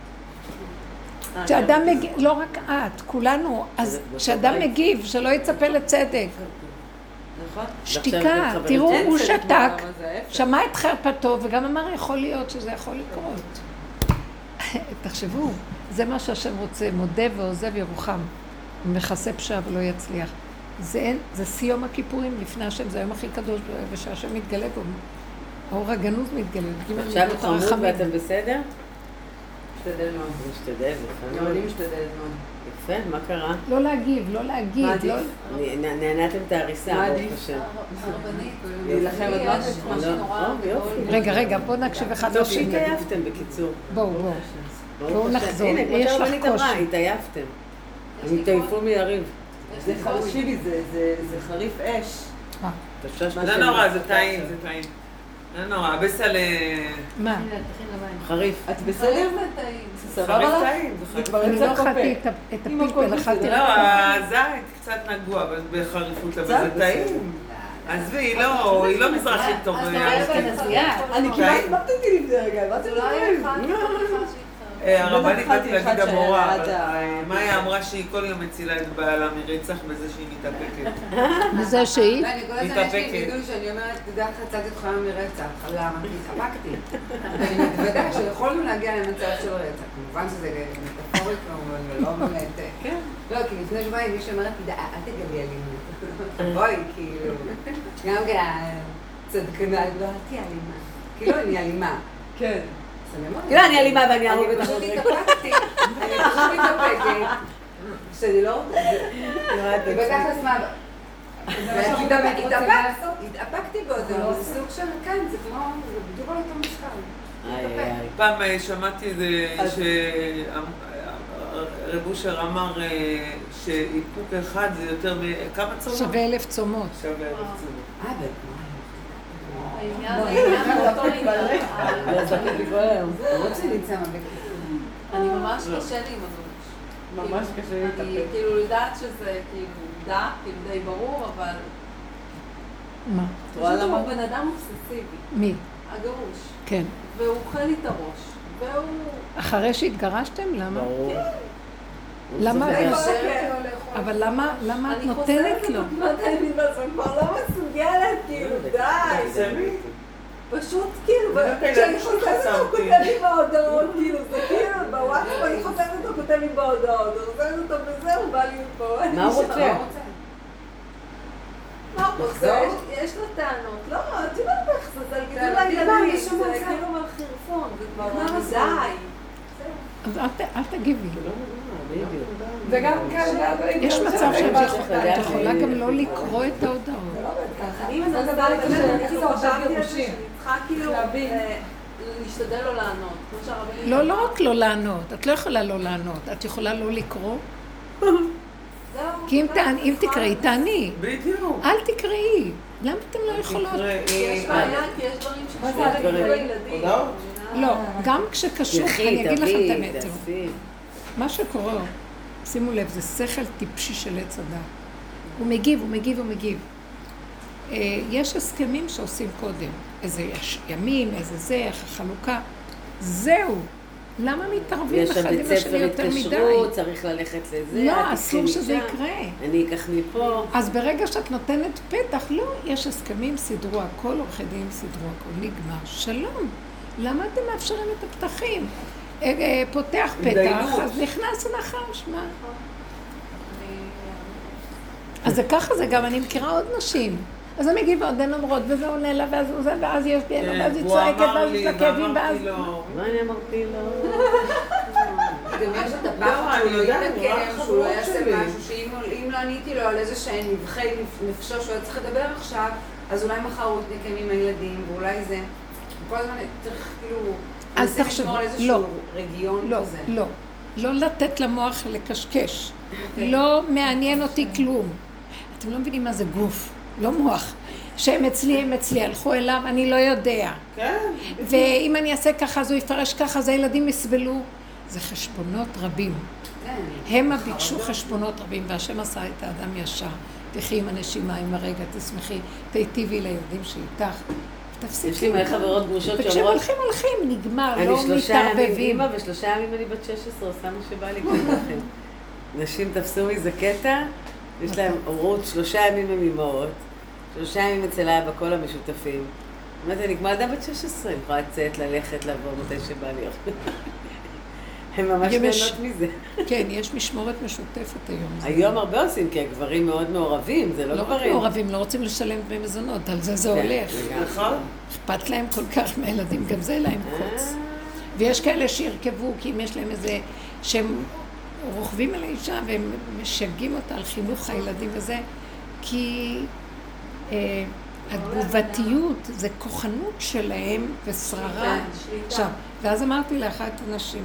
כשאדם מגיב, לא רק את, כולנו, אז כשאדם מגיב, שלא יצפה לצדק. נכון. שתיקה, עכשיו תראו, אין הוא צדק שתק, בעולם הזה, ההפך. שמע את חרפתו וגם אמר יכול להיות שזה יכול לקרות. תחשבו, זה מה שהשם רוצה, מודה ועוזב ירוחם, מכסה פשע ולא יצליח. זה סיום הכיפורים לפני השם, זה היום הכי קדוש ושהשם מתגלה בו. האור הגנוז מתגלה. עכשיו הוא חמוד ואתם בסדר? משתדל מאוד. משתדל, גם אני משתדלת מאוד. יפה, מה קרה? לא להגיב, לא להגיד. מה עדיף? נענעתם את ההריסה, מה ברוך עדיף? השם. הרבנית, להילחם עד מוות. יש משהו נורא גדול. רגע, בואו נקשיב אחד טוב לשני. שהתעייפתם בקיצור. בואו. ברוך בואו השם. נחזור, הנה, כמו יש לך שהרבנית אמרה, קושי. התעייפתם. יש הם לי התעייפו מיריב. יש זה לי חריף קושי. שלי, זה חריף אש. תפשש מה לא שאני נורא, זה עושה טעים, עכשיו. זה טעים. לא נורא, בסל... מה? חריף. את חריף בסדר? זה טעים. סבבה חריף לך? טעים, זה זה חריף. כבר אני יצא לא אכלתי קופה. את עם הפלפל, הכל אכלתי בסדר. לא, רק הזית קצת נגוע בחריפות, אבל קצת זה טעים. עזבי, היא לא מזרחית טוב. אז אתה אני כמעט נתתי לפני רגע, מה זה אולי מדברים? אחד לך הרבנית בטח באתי להגיד אחד שהיה המורה, ליד ה- מאיה אמרה שהיא כל יום מצילה את בעלה מרצח בזה שהיא מתאפקת. מזה שהיא. לא, אני כל הזמן יש לי מתאפקת. וידוי שאני אומרת, תדע לך, יצאתי אותך היום מרצח. למה? כי התאפקתי. ואני מתוודה שיכולנו להגיע למצב של רצח. כמובן שזה מטאפורי כמובן, ולא באמת... כן. לא, כי לפני שבועיים מישהו אומרת, אל תגלי אלימות. בואי, כאילו... גם כצדקנה, לא, אל תהיה אלימה. כאילו אני אלימה. כן. לא, אני אלימה ואני ארוג אני אותך. פשוט התאפקתי. אני פשוט מתאפקת. שאני לא... ובתכלס מה... התאפקתי באותו, זה סוג של... כן, זה כמו... זה בדיוק על אותו משקל. איי, איי, איי. פעם שמעתי שרב אושר אמר שאיפוק אחד זה יותר כמה צומות? שווה 1,000 צומות. שווה 1,000 צומות. לא זכית לקרוא היום. למרות שאני צמה אני ממש קשה לי עם הזוג. ממש קשה לי אני להתאפק. כאילו יודעת שזה כאילו כאילו די ברור, אבל מה? פשוט הוא בן אדם אובססיבי, מי? הגרוש, כן. והוא אוכל לי את הראש, והוא... אחרי שהתגרשתם? למה? ברור. למה? זה אבל למה את אני נותנת חוזרת לו? לתקופת הימים הזאת, אני כבר לא מסוגלת, כאילו, די. תחסמי. פשוט כאילו, לא, כשאני לא, חוזרת לא, הוא כותב לי בהודעות, כאילו, זה כאילו, בוואטסאפ אני חוזרת הוא כותב לי בהודעות, הוא חוזרת אותו בזה, הוא בא לי פה. מה הוא רוצה? מה הוא רוצה? יש לו טענות. לא, את יודעת איך זה, זה גידול הילדים, זה כאילו מהחירפון, זה כבר די. אז אל תגיבי. וגם כאן... יש מצב שאת יכולה גם לא לקרוא את ההודעות. אני מנסה באמת, אני חשבתי על זה שאני צריכה כאילו להשתדל לא לענות. כמו שהרבנים... לא רק לא לענות, את לא יכולה לא לענות, את יכולה לא לקרוא. כי אם תקראי, תעני. בדיוק. אל תקראי. למה אתם לא יכולות? יש בעיה, כי יש דברים שקשורים לילדים. הודעות? לא, גם כשקשור, אני אגיד לכם את האמת. תראו. תעשי. מה שקורה, שימו לב, זה שכל טיפשי של עץ הדת. הוא מגיב, הוא מגיב, הוא מגיב. יש הסכמים שעושים קודם. איזה ימים, איזה זה, החלוקה. זהו. למה מתערבים יש אחד שם עם בית השני ספר יותר מדי? התקשרות, צריך ללכת לזה. לא, את תקחי אסור שזה משם, יקרה. אני אקח מפה. אז ברגע שאת נותנת פתח, לא, יש הסכמים, סידרו הכל, עורכי דין סידרו הכל, נגמר. שלום. למה אתם מאפשרים את הפתחים? פותח פתח, אז נכנס הנחש, מה? אז זה ככה זה גם, אני מכירה עוד נשים. אז הן מגיבות, הן אומרות, וזה עונה לה, ואז יש בי, ואז היא צועקת, ואז יש לה כאבים, ואז... מה אני אמרתי לו? גם יש את הפחד שהוא לא יתקם, שהוא לא יעשה משהו, שאם לא לא עניתי לו על איזה שהן נבחי נפשו שהוא היה צריך לדבר עכשיו, אז אולי מחר הוא נקיים עם הילדים, ואולי זה... כל הזמן צריך כאילו... אז תחשוב, לשמור על איזשהו לא, רגיון לא, כזה. לא. לא לתת למוח לקשקש. לא מעניין אותי כלום. אתם לא מבינים מה זה גוף, לא מוח. שהם אצלי, הם אצלי, הלכו אליו, אני לא יודע. כן. ואם אני אעשה ככה, אז הוא יפרש ככה, אז הילדים יסבלו. זה חשבונות רבים. הם ביקשו חשבונות רבים, והשם עשה את האדם ישר. תחי עם הנשימה, עם הרגע, תשמחי, תיטיבי לילדים שאיתך. תפסיקי. יש לי מלא חברות גרושות וכשהם שאומרות... הולכים, נגמר, אני לא 3 ימים מתערבבים. אימא ו3 ימים אני בת 16, עושה מה שבא לי כאן לכם. נשים תפסו מזה קטע, יש להם אומרות 3 ימים הם אימהות, 3 ימים אצל אבא כל המשותפים. אומרת, אני כמו ילדה בת 16, אני יכולה לצאת, ללכת, לעבור מתי שבא לי. הם ממש נהנות מזה. כן, יש משמורת משותפת היום. היום הרבה עושים, כי הגברים מאוד מעורבים, זה לא לא גברים. רק מעורבים, לא רוצים לשלם דמי מזונות, על זה הולך. נכון. אכפת להם כל כך מהילדים, גם זה להם קוץ. ויש כאלה שירכבו, כי אם יש להם איזה, שהם רוכבים על האישה והם משגעים אותה על חינוך הילדים וזה, כי התגובתיות זה כוחנות שלהם ושררה. עכשיו, ואז אמרתי לאחת הנשים,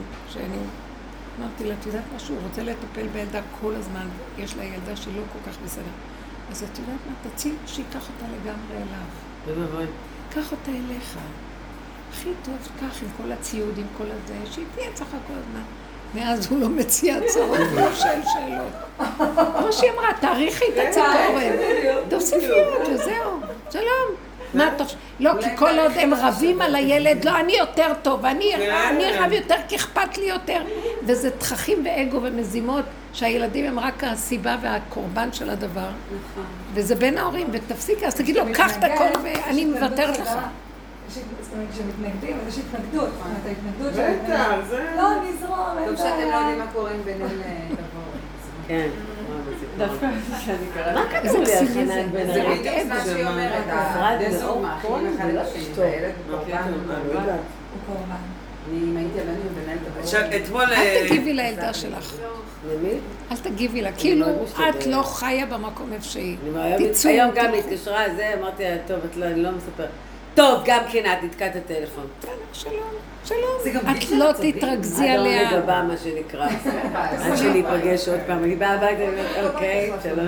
אמרתי לה, את יודעת משהו, הוא רוצה לטפל בילדה כל הזמן, יש לה ילדה שהיא לא כל כך בסדר. אז את יודעת מה, תציל שיקח אותה לגמרי אליו. ובואי. קח אותה אליך. הכי טוב, קח עם כל הציוד, עם כל הזה, שהיא תהיה צריכה כל הזמן. מאז הוא לא מציע הצעות, הוא שואל שאלות. כמו שהיא אמרה, תאריכי את הציפורן. תוסיפי עוד, וזהו. שלום. מה טוב? לא, כי כל עוד הם רבים על הילד, לא, אני יותר טוב, אני רב יותר כי אכפת לי יותר. וזה תככים ואגו ומזימות, שהילדים הם רק הסיבה והקורבן של הדבר. וזה בין ההורים, ותפסיקי, אז תגיד לו, קח את הכל ואני מוותרת לך. זאת אומרת, כשמתנגדים, אז יש התנגדות. זאת אומרת, ההתנגדות בטח, זה... לא, נזרום, אין טוב שאתם לא יודעים מה קורה ביניהם תבואו. כן. דווקא שאני קראתי. מה כתוב לי על חנן בן זה ארי? בדיוק מה שהיא אומרת, הבני זוג מאחים אחד לשני, והילד הוא קורבן. הוא קורבן. אם הייתי הבן ומנהלת אתמול... אל תגיבי לילדה שלך. למי? אל תגיבי לה, כאילו את לא חיה במקום איפה שהיא. תצאו. היום גם התקשרה, זה אמרתי לה, טוב, אני לא מספר. טוב, גם כן את נתקעת את הטלפון. שלום, שלום. את לא תתרכזי עליה. עד הבא, מה שנקרא. עד שניפגש עוד פעם. אני באה הביתה, אוקיי,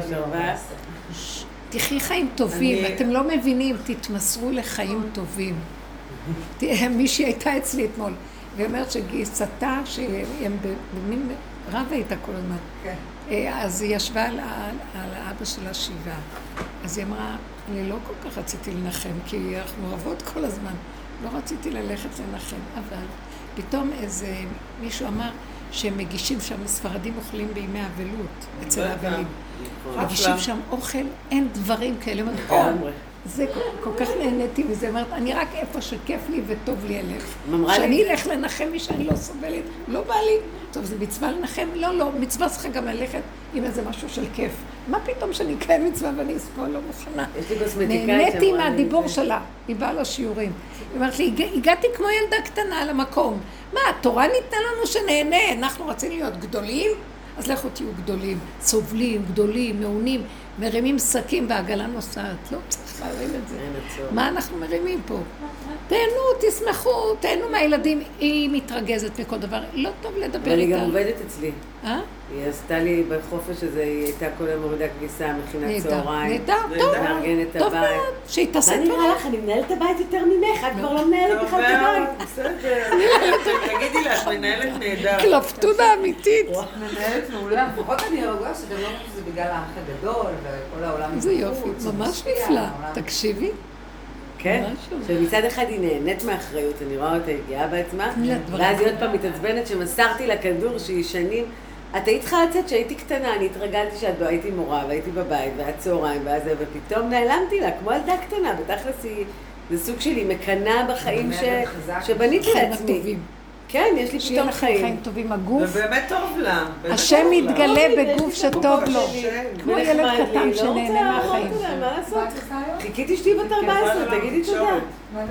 3-4. תחי חיים טובים, אתם לא מבינים, תתמסרו לחיים טובים. מישהי הייתה אצלי אתמול, והיא אומרת שגיסתה, שהם במין רב הייתה כל הזמן. אז היא ישבה על האבא שלה 7. אז היא אמרה, אני לא כל כך רציתי לנחם, כי אנחנו רבות כל הזמן. לא רציתי ללכת לנחם, אבל פתאום איזה מישהו אמר שהם מגישים שם, ספרדים אוכלים בימי אבלות, אצל האבלים. מגישים שם אוכל, אין דברים כאלה. זה כל כך נהניתי מזה, אמרת, אני רק איפה שכיף לי וטוב לי אלך. שאני אלך לנחם מי שאני לא סובלת, לא בא לי. טוב, זה מצווה לנחם? לא, מצווה צריכה גם ללכת עם איזה משהו של כיף. מה פתאום שאני אקיים מצווה ואני אסבול לא מוכנה? נהניתי מהדיבור שלה, היא באה לשיעורים. היא אומרת לי, הגעתי כמו ילדה קטנה למקום. מה, התורה ניתנה לנו שנהנה, אנחנו רצינו להיות גדולים? אז לכו תהיו גדולים, סובלים, גדולים, מעונים, מרימים שקים והעגלה נוסעת. לא צריך להרים את זה. מה אנחנו מרימים פה? תהנו, תשמחו, תהנו מהילדים. היא מתרגזת מכל דבר. לא טוב לדבר איתה. אבל היא גם עובדת אצלי. היא עשתה לי בחופש הזה, היא הייתה כל היום עבודה כביסה, מכינת צהריים. נהדר, טוב. מארגנת טוב הבית. מאוד, שהתעסק מה נראה לך? אני מנהלת הבית יותר ממך, את כבר לא מנהלת בכלל את הבית. בסדר. תגידי לה, את מנהלת נהדר. קלפטודה אמיתית. מנהלת מעולה. לפחות אני רגועה שאתם לא חושבים שזה בגלל האח הגדול וכל העולם. זה יופי, ממש נפלא. תקשיבי. כן, שמצד אחד היא נהנית מאחריות, אני רואה אותה, היא גאה בעצמה, ואז היא עוד פעם מתעצבנת שמסרתי לה כדור שהיא שנים, את היית צריכה לצאת שהייתי קטנה, אני התרגלתי שאת לא הייתי מורה והייתי בבית והיה צהריים ופתאום נעלמתי לה, כמו ילדה קטנה, בתכלס זה סוג שלי מקנה בחיים שבניתי לעצמי. כן, יש לי פתאום חיים. חיים טובים, הגוף. ובאמת טוב לה. השם מתגלה בגוף שטוב לו. כמו ילד קטן שנהנה מהחיים. מה לעשות? חיכיתי שתהי בת 14, תגידי תודה. מה זה?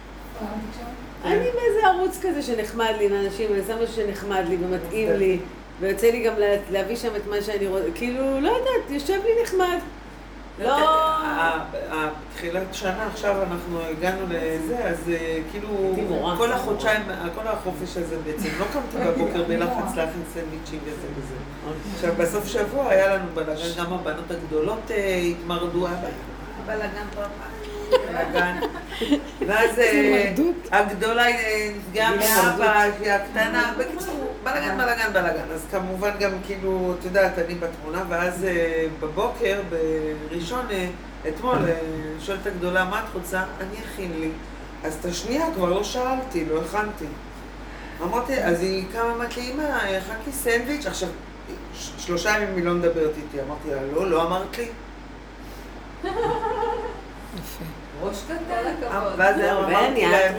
אני באיזה ערוץ כזה שנחמד לי עם אנשים, אני שמה שנחמד לי ומתאים לי. ויוצא לי גם להביא שם את מה שאני רוצה, כאילו, לא יודעת, יושב לי נחמד. לא... תחילת שנה, עכשיו אנחנו הגענו לזה, אז כאילו כל החודשיים, כל החופש הזה בעצם, לא קמתי בבוקר בלחץ להכין סנדוויצ'ים וזה וזה. עכשיו בסוף שבוע היה לנו בלגן, גם הבנות הגדולות התמרדו, בלגן בלגן. ואז הגדולה נפגעה מאבא, הקטנה, בקיצור, בלגן. אז כמובן גם כאילו, את יודעת, אני בתמונה, ואז בבוקר, בראשון, אתמול, שואלת הגדולה, מה את רוצה? אני אכין לי. אז את השנייה כבר לא שאלתי, לא הכנתי. אמרתי, אז היא קמה, אמרתי לי, אמא, הכנתי סנדוויץ', עכשיו 3 ימים היא לא מדברת איתי. אמרתי לה, לא אמרת לי. ראש קטן. ואז אמרתי להם,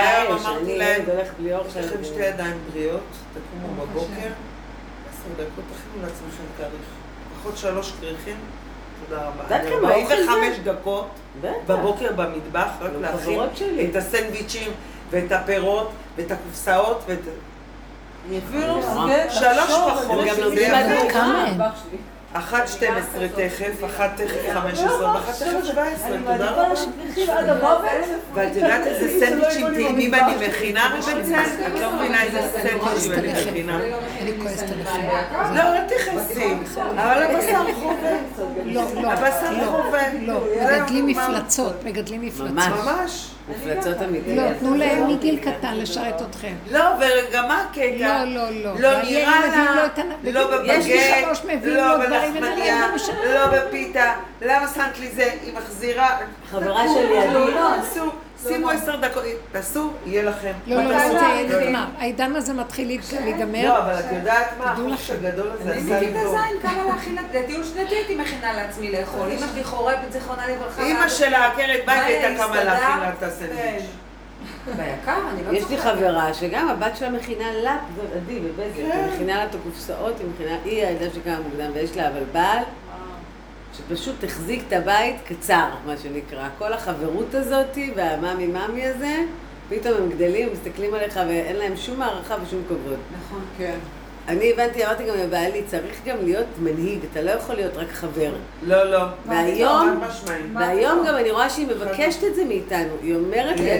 יש לכם 2 ידיים בריאות, תקומו בבוקר, 10 דקות, תכינו לעצמכם כריך. פחות 3 כריכים, תודה רבה. 45 דקות בבוקר במטבח, רק להכין את הסנדוויצ'ים ואת הפירות ואת הקופסאות ואת... אפילו 3 פחות. כמה? 1:12 תכף, 1:15, ו1:17, תודה רבה. ואת יודעת איזה סנדוויצ'ים טעימים אני מכינה מבצע? את לא מבינה איזה סנדוויצ'ים אני מכינה. אני כועסת עליכם. לא, אל תכעסי, אבל הבשר חובה. לא, הבשר חובה. לא, מגדלים מפלצות. ממש. מפלצות אמיתיות. לא, תנו להם מגיל קטן לשרת אתכם. לא, וגם מה הקטע? לא. לא נראה לה, לא בבגט, לא בלחמניה, לא בפיתה. למה שמת לי זה? היא מחזירה. חברה שלי, שימו 10 דקות, תעשו, יהיה לכם. לא, נגמר. העידן הזה מתחיל להיגמר. לא, אבל את יודעת מה? החופש הגדול הזה עשה לי טוב. כמה להכין, לטיול שנתי הייתי מכינה לעצמי לאכול. אמא שלי חורבת, זיכרונה לברכה. אמא שלה עקרת בית הייתה כמה להכין לה את הסנדוויץ'. ביקר, אני לא יש לי חברה שגם הבת שלה מכינה לה, זאת עדי בבזק, היא מכינה לה את הקופסאות, היא הילדה שקמה מוקדם ויש לה אבל בעל שפשוט תחזיק את הבית קצר, מה שנקרא. כל החברות הזאת והמאמי הזה, פתאום הם גדלים, מסתכלים עליך ואין להם שום הערכה ושום כבוד. נכון, כן. אני הבנתי, אמרתי גם לבעלי, צריך גם להיות מנהיג, אתה לא יכול להיות רק חבר. לא. והיום גם אני רואה שהיא מבקשת את זה מאיתנו. היא אומרת לי,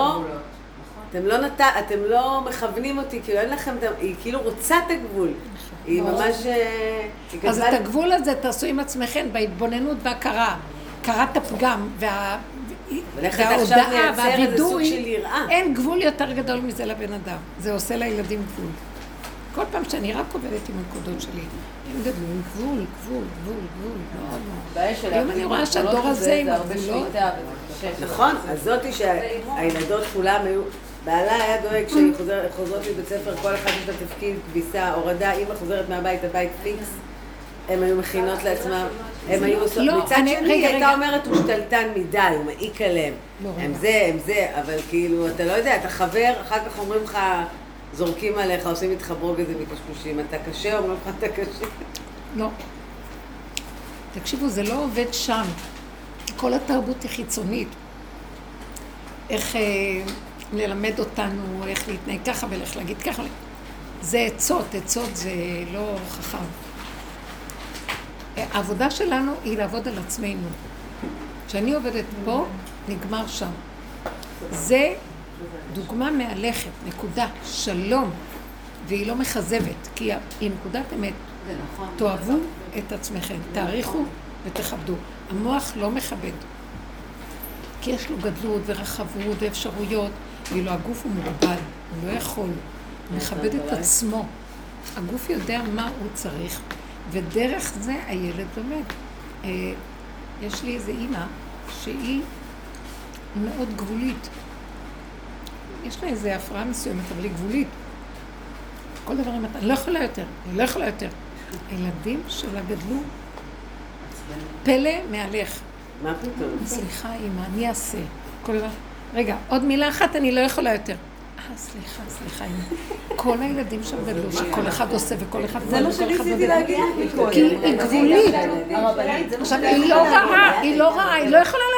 אתם לא מכוונים אותי, כאילו אין לכם, היא כאילו רוצה את הגבול. היא ממש... אז את הגבול הזה תעשו עם עצמכם בהתבוננות והכרה. קראת הפגם וההודעה והווידוי. אין גבול יותר גדול מזה לבן אדם. זה עושה לילדים גבול. כל פעם שאני רק עובדת עם הנקודות שלי, הם גדלו עם גבול. ואם אני רואה שהדור הזה עם הגבולות... נכון, אז זאתי שהילדות כולם היו... בעלה היה דואג כשהיא חוזרות מבית ספר, כל אחד יש לה תפקיד, כביסה, הורדה, אמא חוזרת מהבית, הבית פיקס, הם היו מכינות לעצמם, הם היו עושות... מצד שני, היא הייתה אומרת, הוא שתלטן מדי, הוא מעיק עליהם. הם זה, אבל כאילו, אתה לא יודע, אתה חבר, אחר כך אומרים לך... זורקים עליך, עושים איתך ברוגז ומקשקושים. אתה קשה, אומרים לך, אתה קשה. לא. תקשיבו, זה לא עובד שם. כל התרבות היא חיצונית. איך ללמד אותנו, איך להתנהג ככה ואיך להגיד ככה. זה עצות זה לא חכם. העבודה שלנו היא לעבוד על עצמנו. כשאני עובדת פה, נגמר שם. זה... דוגמה מהלכת, נקודה, שלום, והיא לא מחזבת, כי היא נקודת אמת. תאהבו את עצמכם, תעריכו ותכבדו. המוח לא מכבד, כי יש לו גדלות ורחבות ואפשרויות, ואילו הגוף הוא מוגבל, הוא לא יכול, הוא מכבד את עצמו. הגוף יודע מה הוא צריך, ודרך זה הילד לומד. יש לי איזו אימא שהיא מאוד גבולית. יש לה איזו הפרעה מסוימת, אבל היא גבולית. כל דבר היא אני לא יכולה יותר. הילדים שלה גדלו פלא מהלך. מה פתאום? סליחה, אמא, אני אעשה. כל דבר. רגע, עוד מילה אחת, אני לא יכולה יותר. סליחה, אמא. כל הילדים שם גדלו, שכל אחד עושה וכל אחד... זה מה שניסיתי להגיד לך. כי היא גבולית. עכשיו, היא לא רעה, היא לא יכולה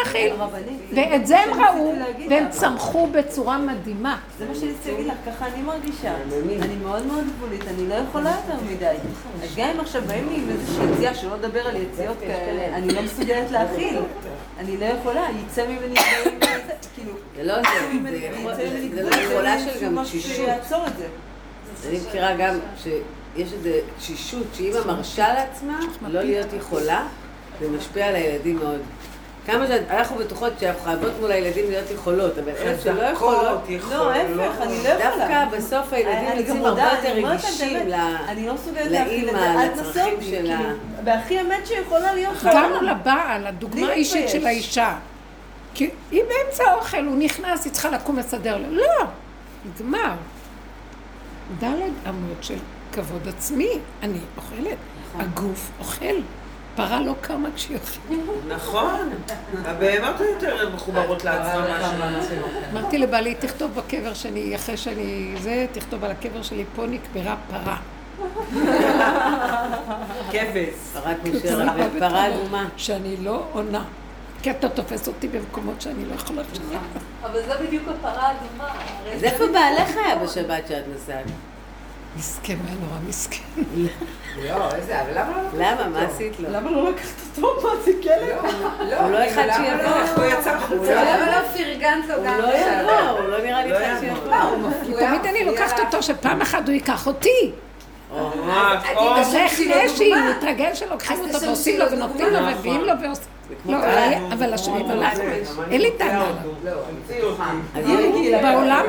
להכיל. ואת זה הם ראו, והם צמחו בצורה מדהימה. זה מה שאני רוצה להגיד לך, ככה אני מרגישה. אני מאוד מאוד גבולית, אני לא יכולה יותר מדי. אז גם אם עכשיו באים לי עם איזושהי יציאה, שלא לדבר על יציאות כאלה, אני לא מסוגלת להכיל. אני לא יכולה, יצא ממני דברים כזה, כאילו... זה לא זה לא יכולה של גם תשישות. שיעצור את זה. אני מכירה גם שיש איזו תשישות שאמא מרשה לעצמה לא להיות יכולה, זה משפיע על הילדים מאוד. כמה שאנחנו בטוחות שאנחנו חייבות מול הילדים להיות יכולות, אבל איך שלא יכולות, לא, ההפך, אני לא יכולה. דווקא בסוף הילדים יוצאים הרבה יותר רגישים לאמא, לצרכים שלה. והכי אמת שיכולה להיות חזרנו לבעל, הדוגמה האישית של האישה. כי היא באמצע האוכל, הוא נכנס, היא צריכה לקום לסדר לו. לא, נגמר. ד' אמות של כבוד עצמי, אני אוכלת, הגוף אוכל. פרה לא קמה כשהיא אוכלת. נכון, הבהמות יותר מחוברות לעצמם משהו. אמרתי לבעלי, תכתוב בקבר שלי, אחרי שאני זה, תכתוב על הקבר שלי, פה נקברה פרה. כבש. פרת מושרה ופרה אדומה. שאני לא עונה. כי אתה תופס אותי במקומות שאני לא יכולה לשנה. אבל זה בדיוק הפרה האדומה. אז איפה בעלך היה בשבת שאת נסעת? מסכן, היה נורא מסכן. לא, איזה, אבל למה לא? למה? מה עשית לו? למה לא לקחת אותו? מה זה כלב? הוא לא אחד שיבוא. איך הוא יצא חוצה? למה לא פרגנת לו גם? הוא לא יבוא, הוא לא נראה לי אחד שיבוא. תמיד אני לוקחת אותו שפעם אחת הוא ייקח אותי. או, זה אחרי שהיא מתרגל שלוקחים אותו ועושים לו ונותנים לו ומביאים לו ועושים. לא, אבל השני הלך, אין לי טענה. בעולם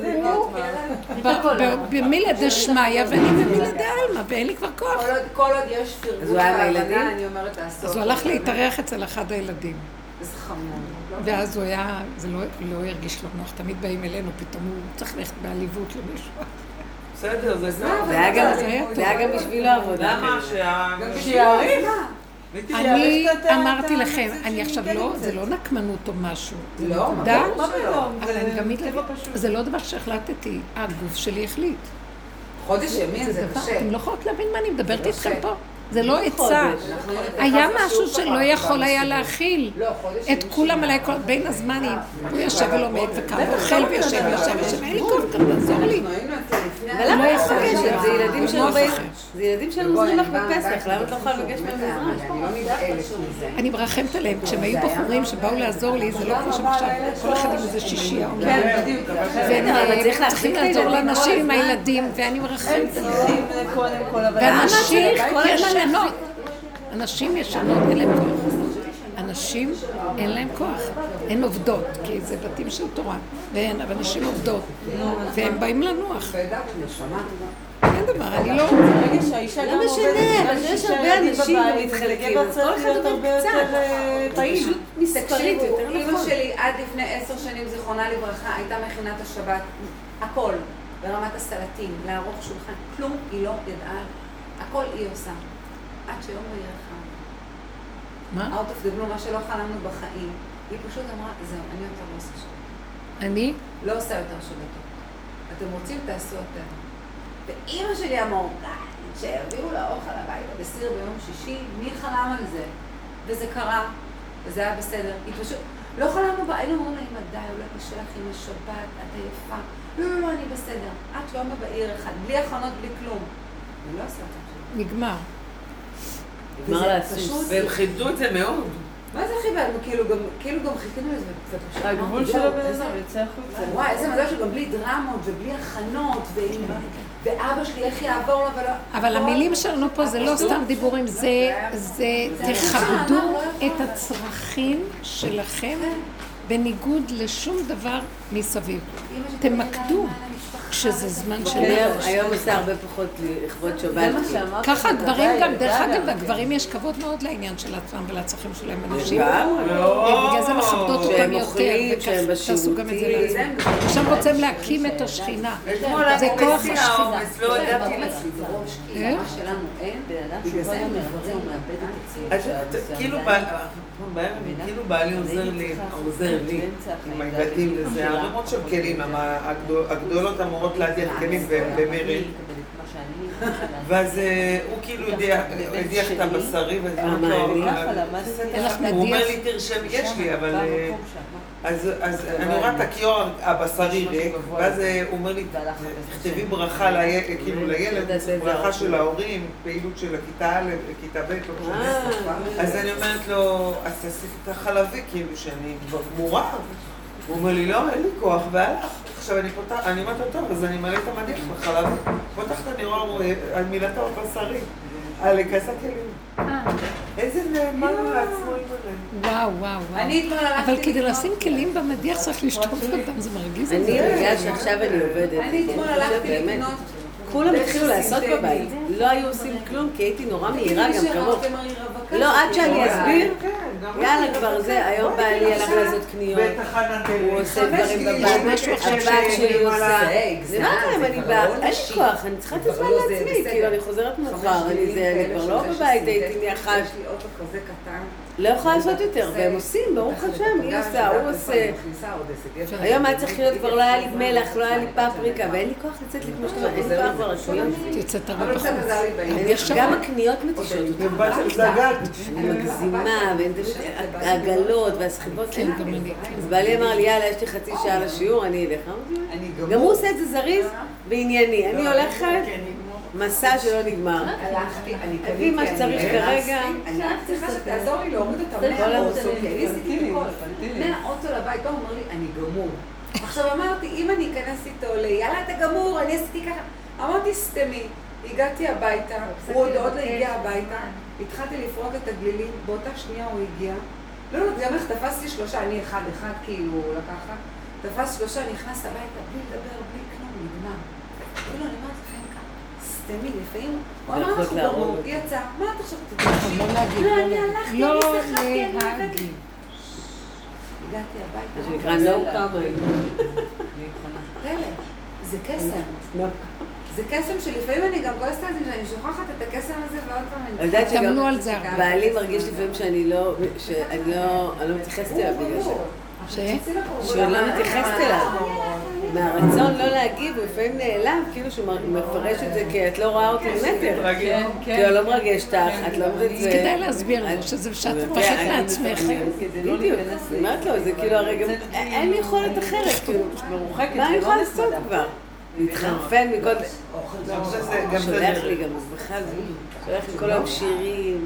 במילה דשמיא ואני במילה דעלמא ואין לי כבר כוח. כל עוד יש פרגון והבנה, אני אומרת לעשות. אז הוא הלך להתארח אצל אחד הילדים. איזה חמור. ואז הוא היה, זה לא הרגיש לו נוח, תמיד באים אלינו, פתאום הוא צריך ללכת בעליבות למישהו. בסדר, זה זה. זה היה גם בשבילו עבודה. למה שיעריך? אני אמרתי לכם, אני עכשיו לא, זה לא נקמנות או משהו. זה נקודה, אבל אני גם זה לא דבר שהחלטתי, הגוף שלי החליט. חודש ימין זה קשה. אתם לא יכולות להבין מה אני מדברת איתכם פה. זה לא עצה. היה משהו שלא יכול היה להכיל. את כולם עליי, בין הזמנים. הוא יושב ולומד וקם, אוכל ויושב, אין לי כוח גם לעזור לי. אבל למה את מבקשת? זה ילדים שלנו עוזרים לך בפסח, למה את לא יכולה לבקש מהם עזרה? אני מרחמת עליהם, כשהם היו בחורים שבאו לעזור לי, זה לא כמו שעכשיו, כל אחד עם איזה שישייה. כן, בדיוק. והם צריכים לעזור לאנשים עם הילדים, ואני מרחמת עליהם. ואנשים ישנות, אנשים ישנות, אין להם כוח. אנשים אין להם כוח, הן עובדות, כי זה בתים של תורה, אבל נשים עובדות, והם באים לנוח. אין דבר, אני לא... ברגע שהאישה גם משנה, אבל יש הרבה אנשים ומתחלקים, אז כל אחד הרבה יותר פעיל. מספרית, אמא שלי עד לפני 10 שנים, זיכרונה לברכה, הייתה מכינת השבת, הכל, ברמת הסלטים, לערוך שולחן, כלום היא לא ידעה, הכל היא עושה, עד שיום לא ירחה. מה? out of the blue, מה שלא חלמנו בחיים. היא פשוט אמרה, זהו, אני יותר לא עושה שבתות. אני? לא עושה יותר שבתות. אתם רוצים, תעשו יותר. ואמא שלי אמרה, שהביאו לה אוכל הביתה בסיר ביום שישי, מי חלם על זה? וזה קרה, וזה היה בסדר. היא פשוט, לא חלמנו בה, היינו אומרים לה, אמא די, אולי קשה לך עם השבת, את עייפה. לא, אני בסדר. את לא אמא בעיר אחד, בלי הכנות, בלי כלום. אני לא עושה יותר שבתות. נגמר. נגמר לעשות. והם חידדו את זה מאוד. מה זה חיבדנו? כאילו גם חיכינו לזה ופשוט... הגבול של הבן אדם יצא החוצה. וואי, איזה מזל שגם בלי דרמות ובלי הכנות, ואבא שלי איך יעבור לו ולא... אבל המילים שלנו פה זה לא סתם דיבורים, זה תכבדו את הצרכים שלכם בניגוד לשום דבר מסביב. תמקדו כשזה זמן של... היום עושה הרבה פחות לכבוד שבת. ככה הגברים גם, דרך אגב, הגברים יש כבוד מאוד לעניין של עצמם ולצרכים שלהם אנשים. בגלל זה מכבדות אותם יותר, ותעשו גם את זה לעצמם. עכשיו רוצים להקים את השכינה. זה כוח השכינה. לא ידעתי מה שלנו אין, בגלל זה הם מבררים, הוא מאבד את עצמם. כאילו בעלי עוזר לי עם הילדים לזה, הרמות של כלים, הגדולות אמורות להדיח כלים במרד. ואז הוא כאילו הדיח את הבשרי, ואז הוא אומר לי, תרשם, יש לי, אבל... אז אני רואה את הכיור הבשרי ריק, ואז הוא אומר לי, תכתבי ברכה כאילו לילד, ברכה של ההורים, פעילות של הכיתה א', כיתה ב', אז אני אומרת לו, אז תעשי את החלבי, כאילו שאני כבר גמורה. הוא אומר לי, לא, אין לי כוח, והלך. עכשיו אני אומרת לו, טוב, אז אני מלא את המדיח בחלבי. פותחת, אני רואה על מילתו הבשרי, על כסה כלים. איזה נאמן לעצמו עם וואו, וואו, וואו. אבל כדי לשים כלים במדיח צריך לשטוף אותם, זה מרגיז את זה. אני רגע שעכשיו אני עובדת. אני אתמול הלכתי לקנות. כולם התחילו לעשות בבית. לא היו עושים כלום, כי הייתי נורא מהירה גם כמוך. לא, עד שאני אסביר, יאללה כבר זה, היום בעלי הלך לעשות קניות. הוא עושה דברים בבית, הבת שלי עושה. זה מה קרה, אני באה, אין לי כוח, אני צריכה את הזמן לעצמי, כאילו אני חוזרת מאוחר, אני כבר לא בבית, הייתי ניחש. יש לי אוטו כזה קטן. לא יכולה לעשות יותר, והם עושים, ברוך השם, היא עושה, הוא עושה. היום היה צריך להיות, כבר לא היה לי מלח, לא היה לי פפריקה, ואין לי כוח לצאת לי כמו שאתה, אין לי כוח ברשויות. תצאת הרבה בחוץ. גם הקניות מתישות אותי. אני מגזימה, והעגלות והסחיבות. אז בעלי אמר לי, יאללה, יש לי חצי שעה לשיעור, אני אלך. גם הוא עושה את זה זריז וענייני. אני הולכת מסע שלא נגמר. תביא מה שצריך כרגע. אני צריכה שתעזור לי להוריד אותה מהאוטו, כי אני עשיתי הכל. מהאוטו לבית, הוא אומר לי, אני גמור. עכשיו אמרתי, אם אני אכנס איתו יאללה, אתה גמור, אני עשיתי ככה. אמרתי, סתמי. הגעתי הביתה, הוא עוד לא הגיע הביתה, התחלתי לפרוק את הגלילים, באותה שנייה הוא הגיע. לא, גם איך תפסתי 3, אני אחד כאילו לקחת. תפס 3, נכנס הביתה, בלי לדבר, בלי כלום, נגמר. כאילו, אני אומרת, סתמי, לפעמים, הוא אמר לך גמור, היא יצאה, מה את עכשיו תתקשי? לא, אני הלכתי, אני שיחקתי, אני הבאתי. הגעתי הביתה. זה נקרא לא כמה. פלא, זה קסם. זה קסם שלפעמים אני גם כועסת על זה, שאני שוכחת את הקסם הזה ועוד פעם אני... יודעת תמנו על זה. בעלי מרגיש לפעמים שאני לא מתייחסת אליו בגלל שהוא לא מתייחסת אליו. מהרצון לא להגיב, הוא לפעמים נעלם, כאילו שהוא מפרש את זה כי את לא רואה אותי מטר. כי הוא לא מרגש אותך, את לא מבין את זה. כדאי להסביר לו שזה שאת פחד מעצמך. בדיוק, אמרת לו, זה כאילו הרגע, אין לי יכולת אחרת, כאילו, מה אני יכולה לעשות כבר? להתחרפן מכל... שולח לי גם, בכלל, שולח לי כל היום שירים,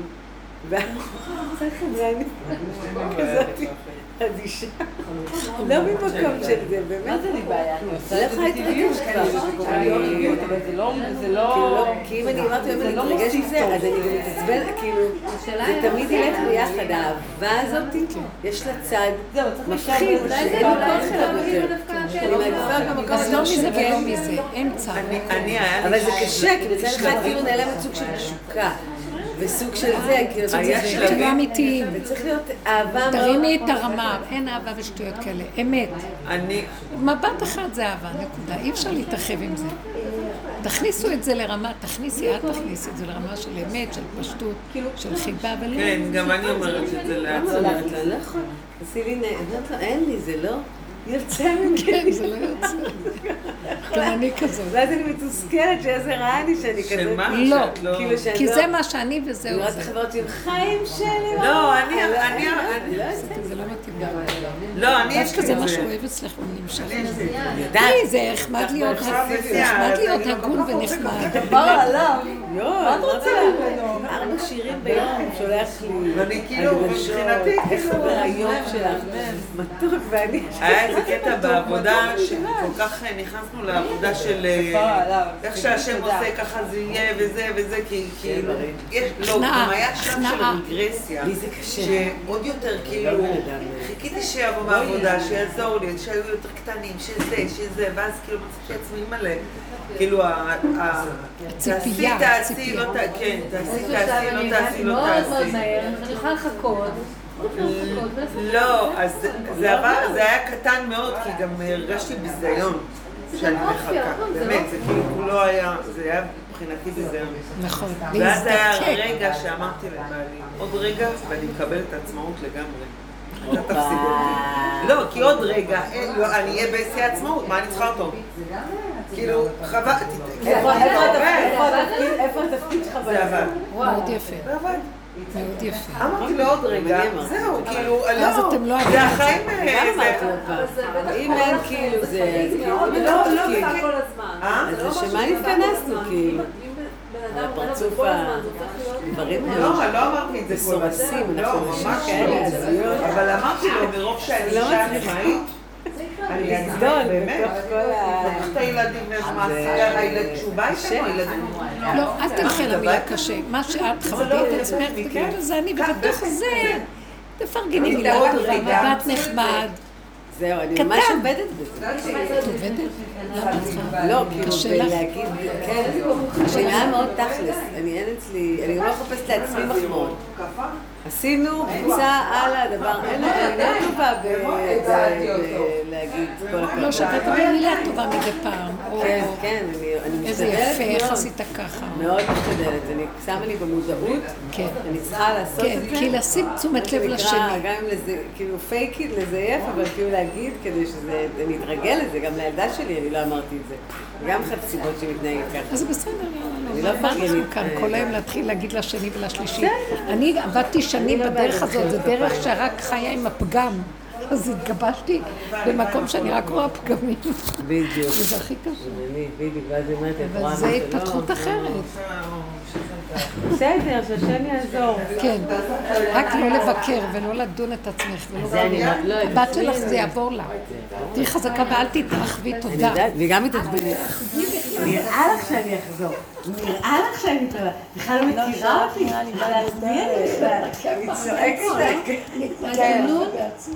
ואני כזאת אדישה. לא ממקום של זה, באמת. מה זה לי בעיה? לא יכולה להתרגש כבר. זה לא... כי אם אני אמרתי, אם אני מתרגש מזה, אז אני גם מתעצבן, כאילו, זה תמיד ילך ביחד, האהבה הזאת, יש לה צד מפחיד, שאין לו כוח אליו יותר. אני מעדיפה במקום אז לא מזה ולא מזה, אין צד. אבל זה קשה, כי בצד אחד כאילו נעלמת סוג של תשוקה. וסוג של זה, כאילו, זה תהיו אמיתיים. וצריך להיות אהבה מאוד... תרימי את הרמה, אין אהבה ושטויות כאלה, אמת. מבט אחד זה אהבה, נקודה, אי אפשר להתרחב עם זה. תכניסו את זה לרמה, תכניסי את זה לרמה של אמת, של פשטות, של חיבה, אבל לא... כן, גם אני אומרת את זה לעצמי. לא יכול, עשי לי אין לי, זה לא... יוצא ממני. כן, זה לא יוצא. גם אני כזאת. ואז אני מתוסכלת שאיזה רעה אני שאני כזאת. לא, כי זה מה שאני וזהו אני רואה את החברות עם חיים שלי. לא, זה לא מתאים. לא, אני יש דווקא זה מה שהוא אוהב אצלך ונמשך. זה נחמד להיות הגון ונחמד. דבר עליו. מה את רוצה? 4 שירים ביום שולח לי. ואני כאילו, מבחינתי, איך עובר היום שלך? מתוק ואני... היה איזה קטע בעבודה שכל כך נכנסנו לעבודה של איך שהשם עושה ככה זה יהיה וזה וזה כי לא, גם היה שם של רגרסיה שעוד יותר כאילו חיכיתי שיבוא מהעבודה, שיעזור לי, שהיו יותר קטנים, שזה ואז כאילו מצאתי עצמי מלא כאילו תעשי, לא תעשי, לא תעשי מאוד מאוד מהר, אני יכולה לחכות לא, אז זה היה קטן מאוד כי גם הרגשתי ביזיון שאני מחכה, באמת, זה כאילו לא היה, זה היה מבחינתי ביזיון. נכון, ואז היה רגע שאמרתי לבעלי, עוד רגע ואני מקבל את העצמאות לגמרי. אתה תפסיד אותי. לא, כי עוד רגע, אני אהיה בשיא העצמאות, מה אני צריכה אותו? כאילו, חווה... איפה התפקיד שלך? זה עבד. מאוד יפה. זה עבד. מאוד יפה. אמרתי לו עוד רגע, זהו, כאילו, אז אתם לא זה החיים... גם אמרתי לו פעם. אם אין כאילו זה... לא כל הזמן. אז לשם מה התכנסנו כאילו? בן אדם אומר הפרצוף כל הזמן, זה הופך להיות... הדברים לא, לא אמרתי את זה כל הזמן. מסורסים, לא, אנחנו נשים ממש כאלה לא. הזויות. אבל אמרתי לו, מרוב שאני לא אישה מצליחה. עצמאית, אני לסדול באמת, בתוך כל ה... לקחת את הילדים והילד כשהוא בא איתנו, הילדים... לא, אל תלכי למילה קשה. מה שאת חווית את עצמך, תגידי לזה אני, ובתוך זה תפרגני מילה טובה, מבט נחמד. זהו, אני ממש עובדת בזה. את עובדת? למה את צריכה? לא, כאילו, קשה לך? להגיד, כן, השאלה מאוד תכלס. אני אין אצלי, אני לא מחפשת לעצמי מחמאות. עשינו, קבוצה, הלאה, הדבר, אין לי, אני לא טובה להגיד כל הכבוד. לא, שאתה תאמר מילה טובה מדי פעם. כן, כן, אני איזה משתדלת יפה, איך מאוד. עשית ככה. מאוד משתדלת, אני שמה לי במודעות, כן. אני צריכה לעשות כן, את זה. כי לשים תשומת לב זה נקרא, לשני. גם אם לזה, כאילו פייקית, לזייף, אבל כאילו להגיד כדי שזה, אני אתרגל לזה, גם לילדה שלי אני לא אמרתי את זה. גם אחת הסיבות שמתנהגת ככה. אז זה בסדר, אני יאללה, לא מה אנחנו מפרגנית. כאן כל היום להתחיל להגיד לשני ולשלישי. אני עבדתי שנים בדרך הזאת, זו דרך שרק חיה עם הפגם. אז התגבשתי במקום שאני רק רואה פגמים. בדיוק. וזה הכי קשה. בדיוק, ואז היא אומרת, את רואה אבל זה מה התפתחות אחרת. בסדר, שהשם יעזור. כן, רק לא לבקר ולא לדון את עצמך ולא... זה אני לא... הבת שלך זה יעבור לה. תהיי חזקה ואל תתרחבי, אני תודה. יודעת, וגם מתעצבנת. נראה לך שאני אחזור. נראה לך שאני טובה. בכלל לא מכירה אותי. אבל אני בכלל. אני צועקת. התעניינות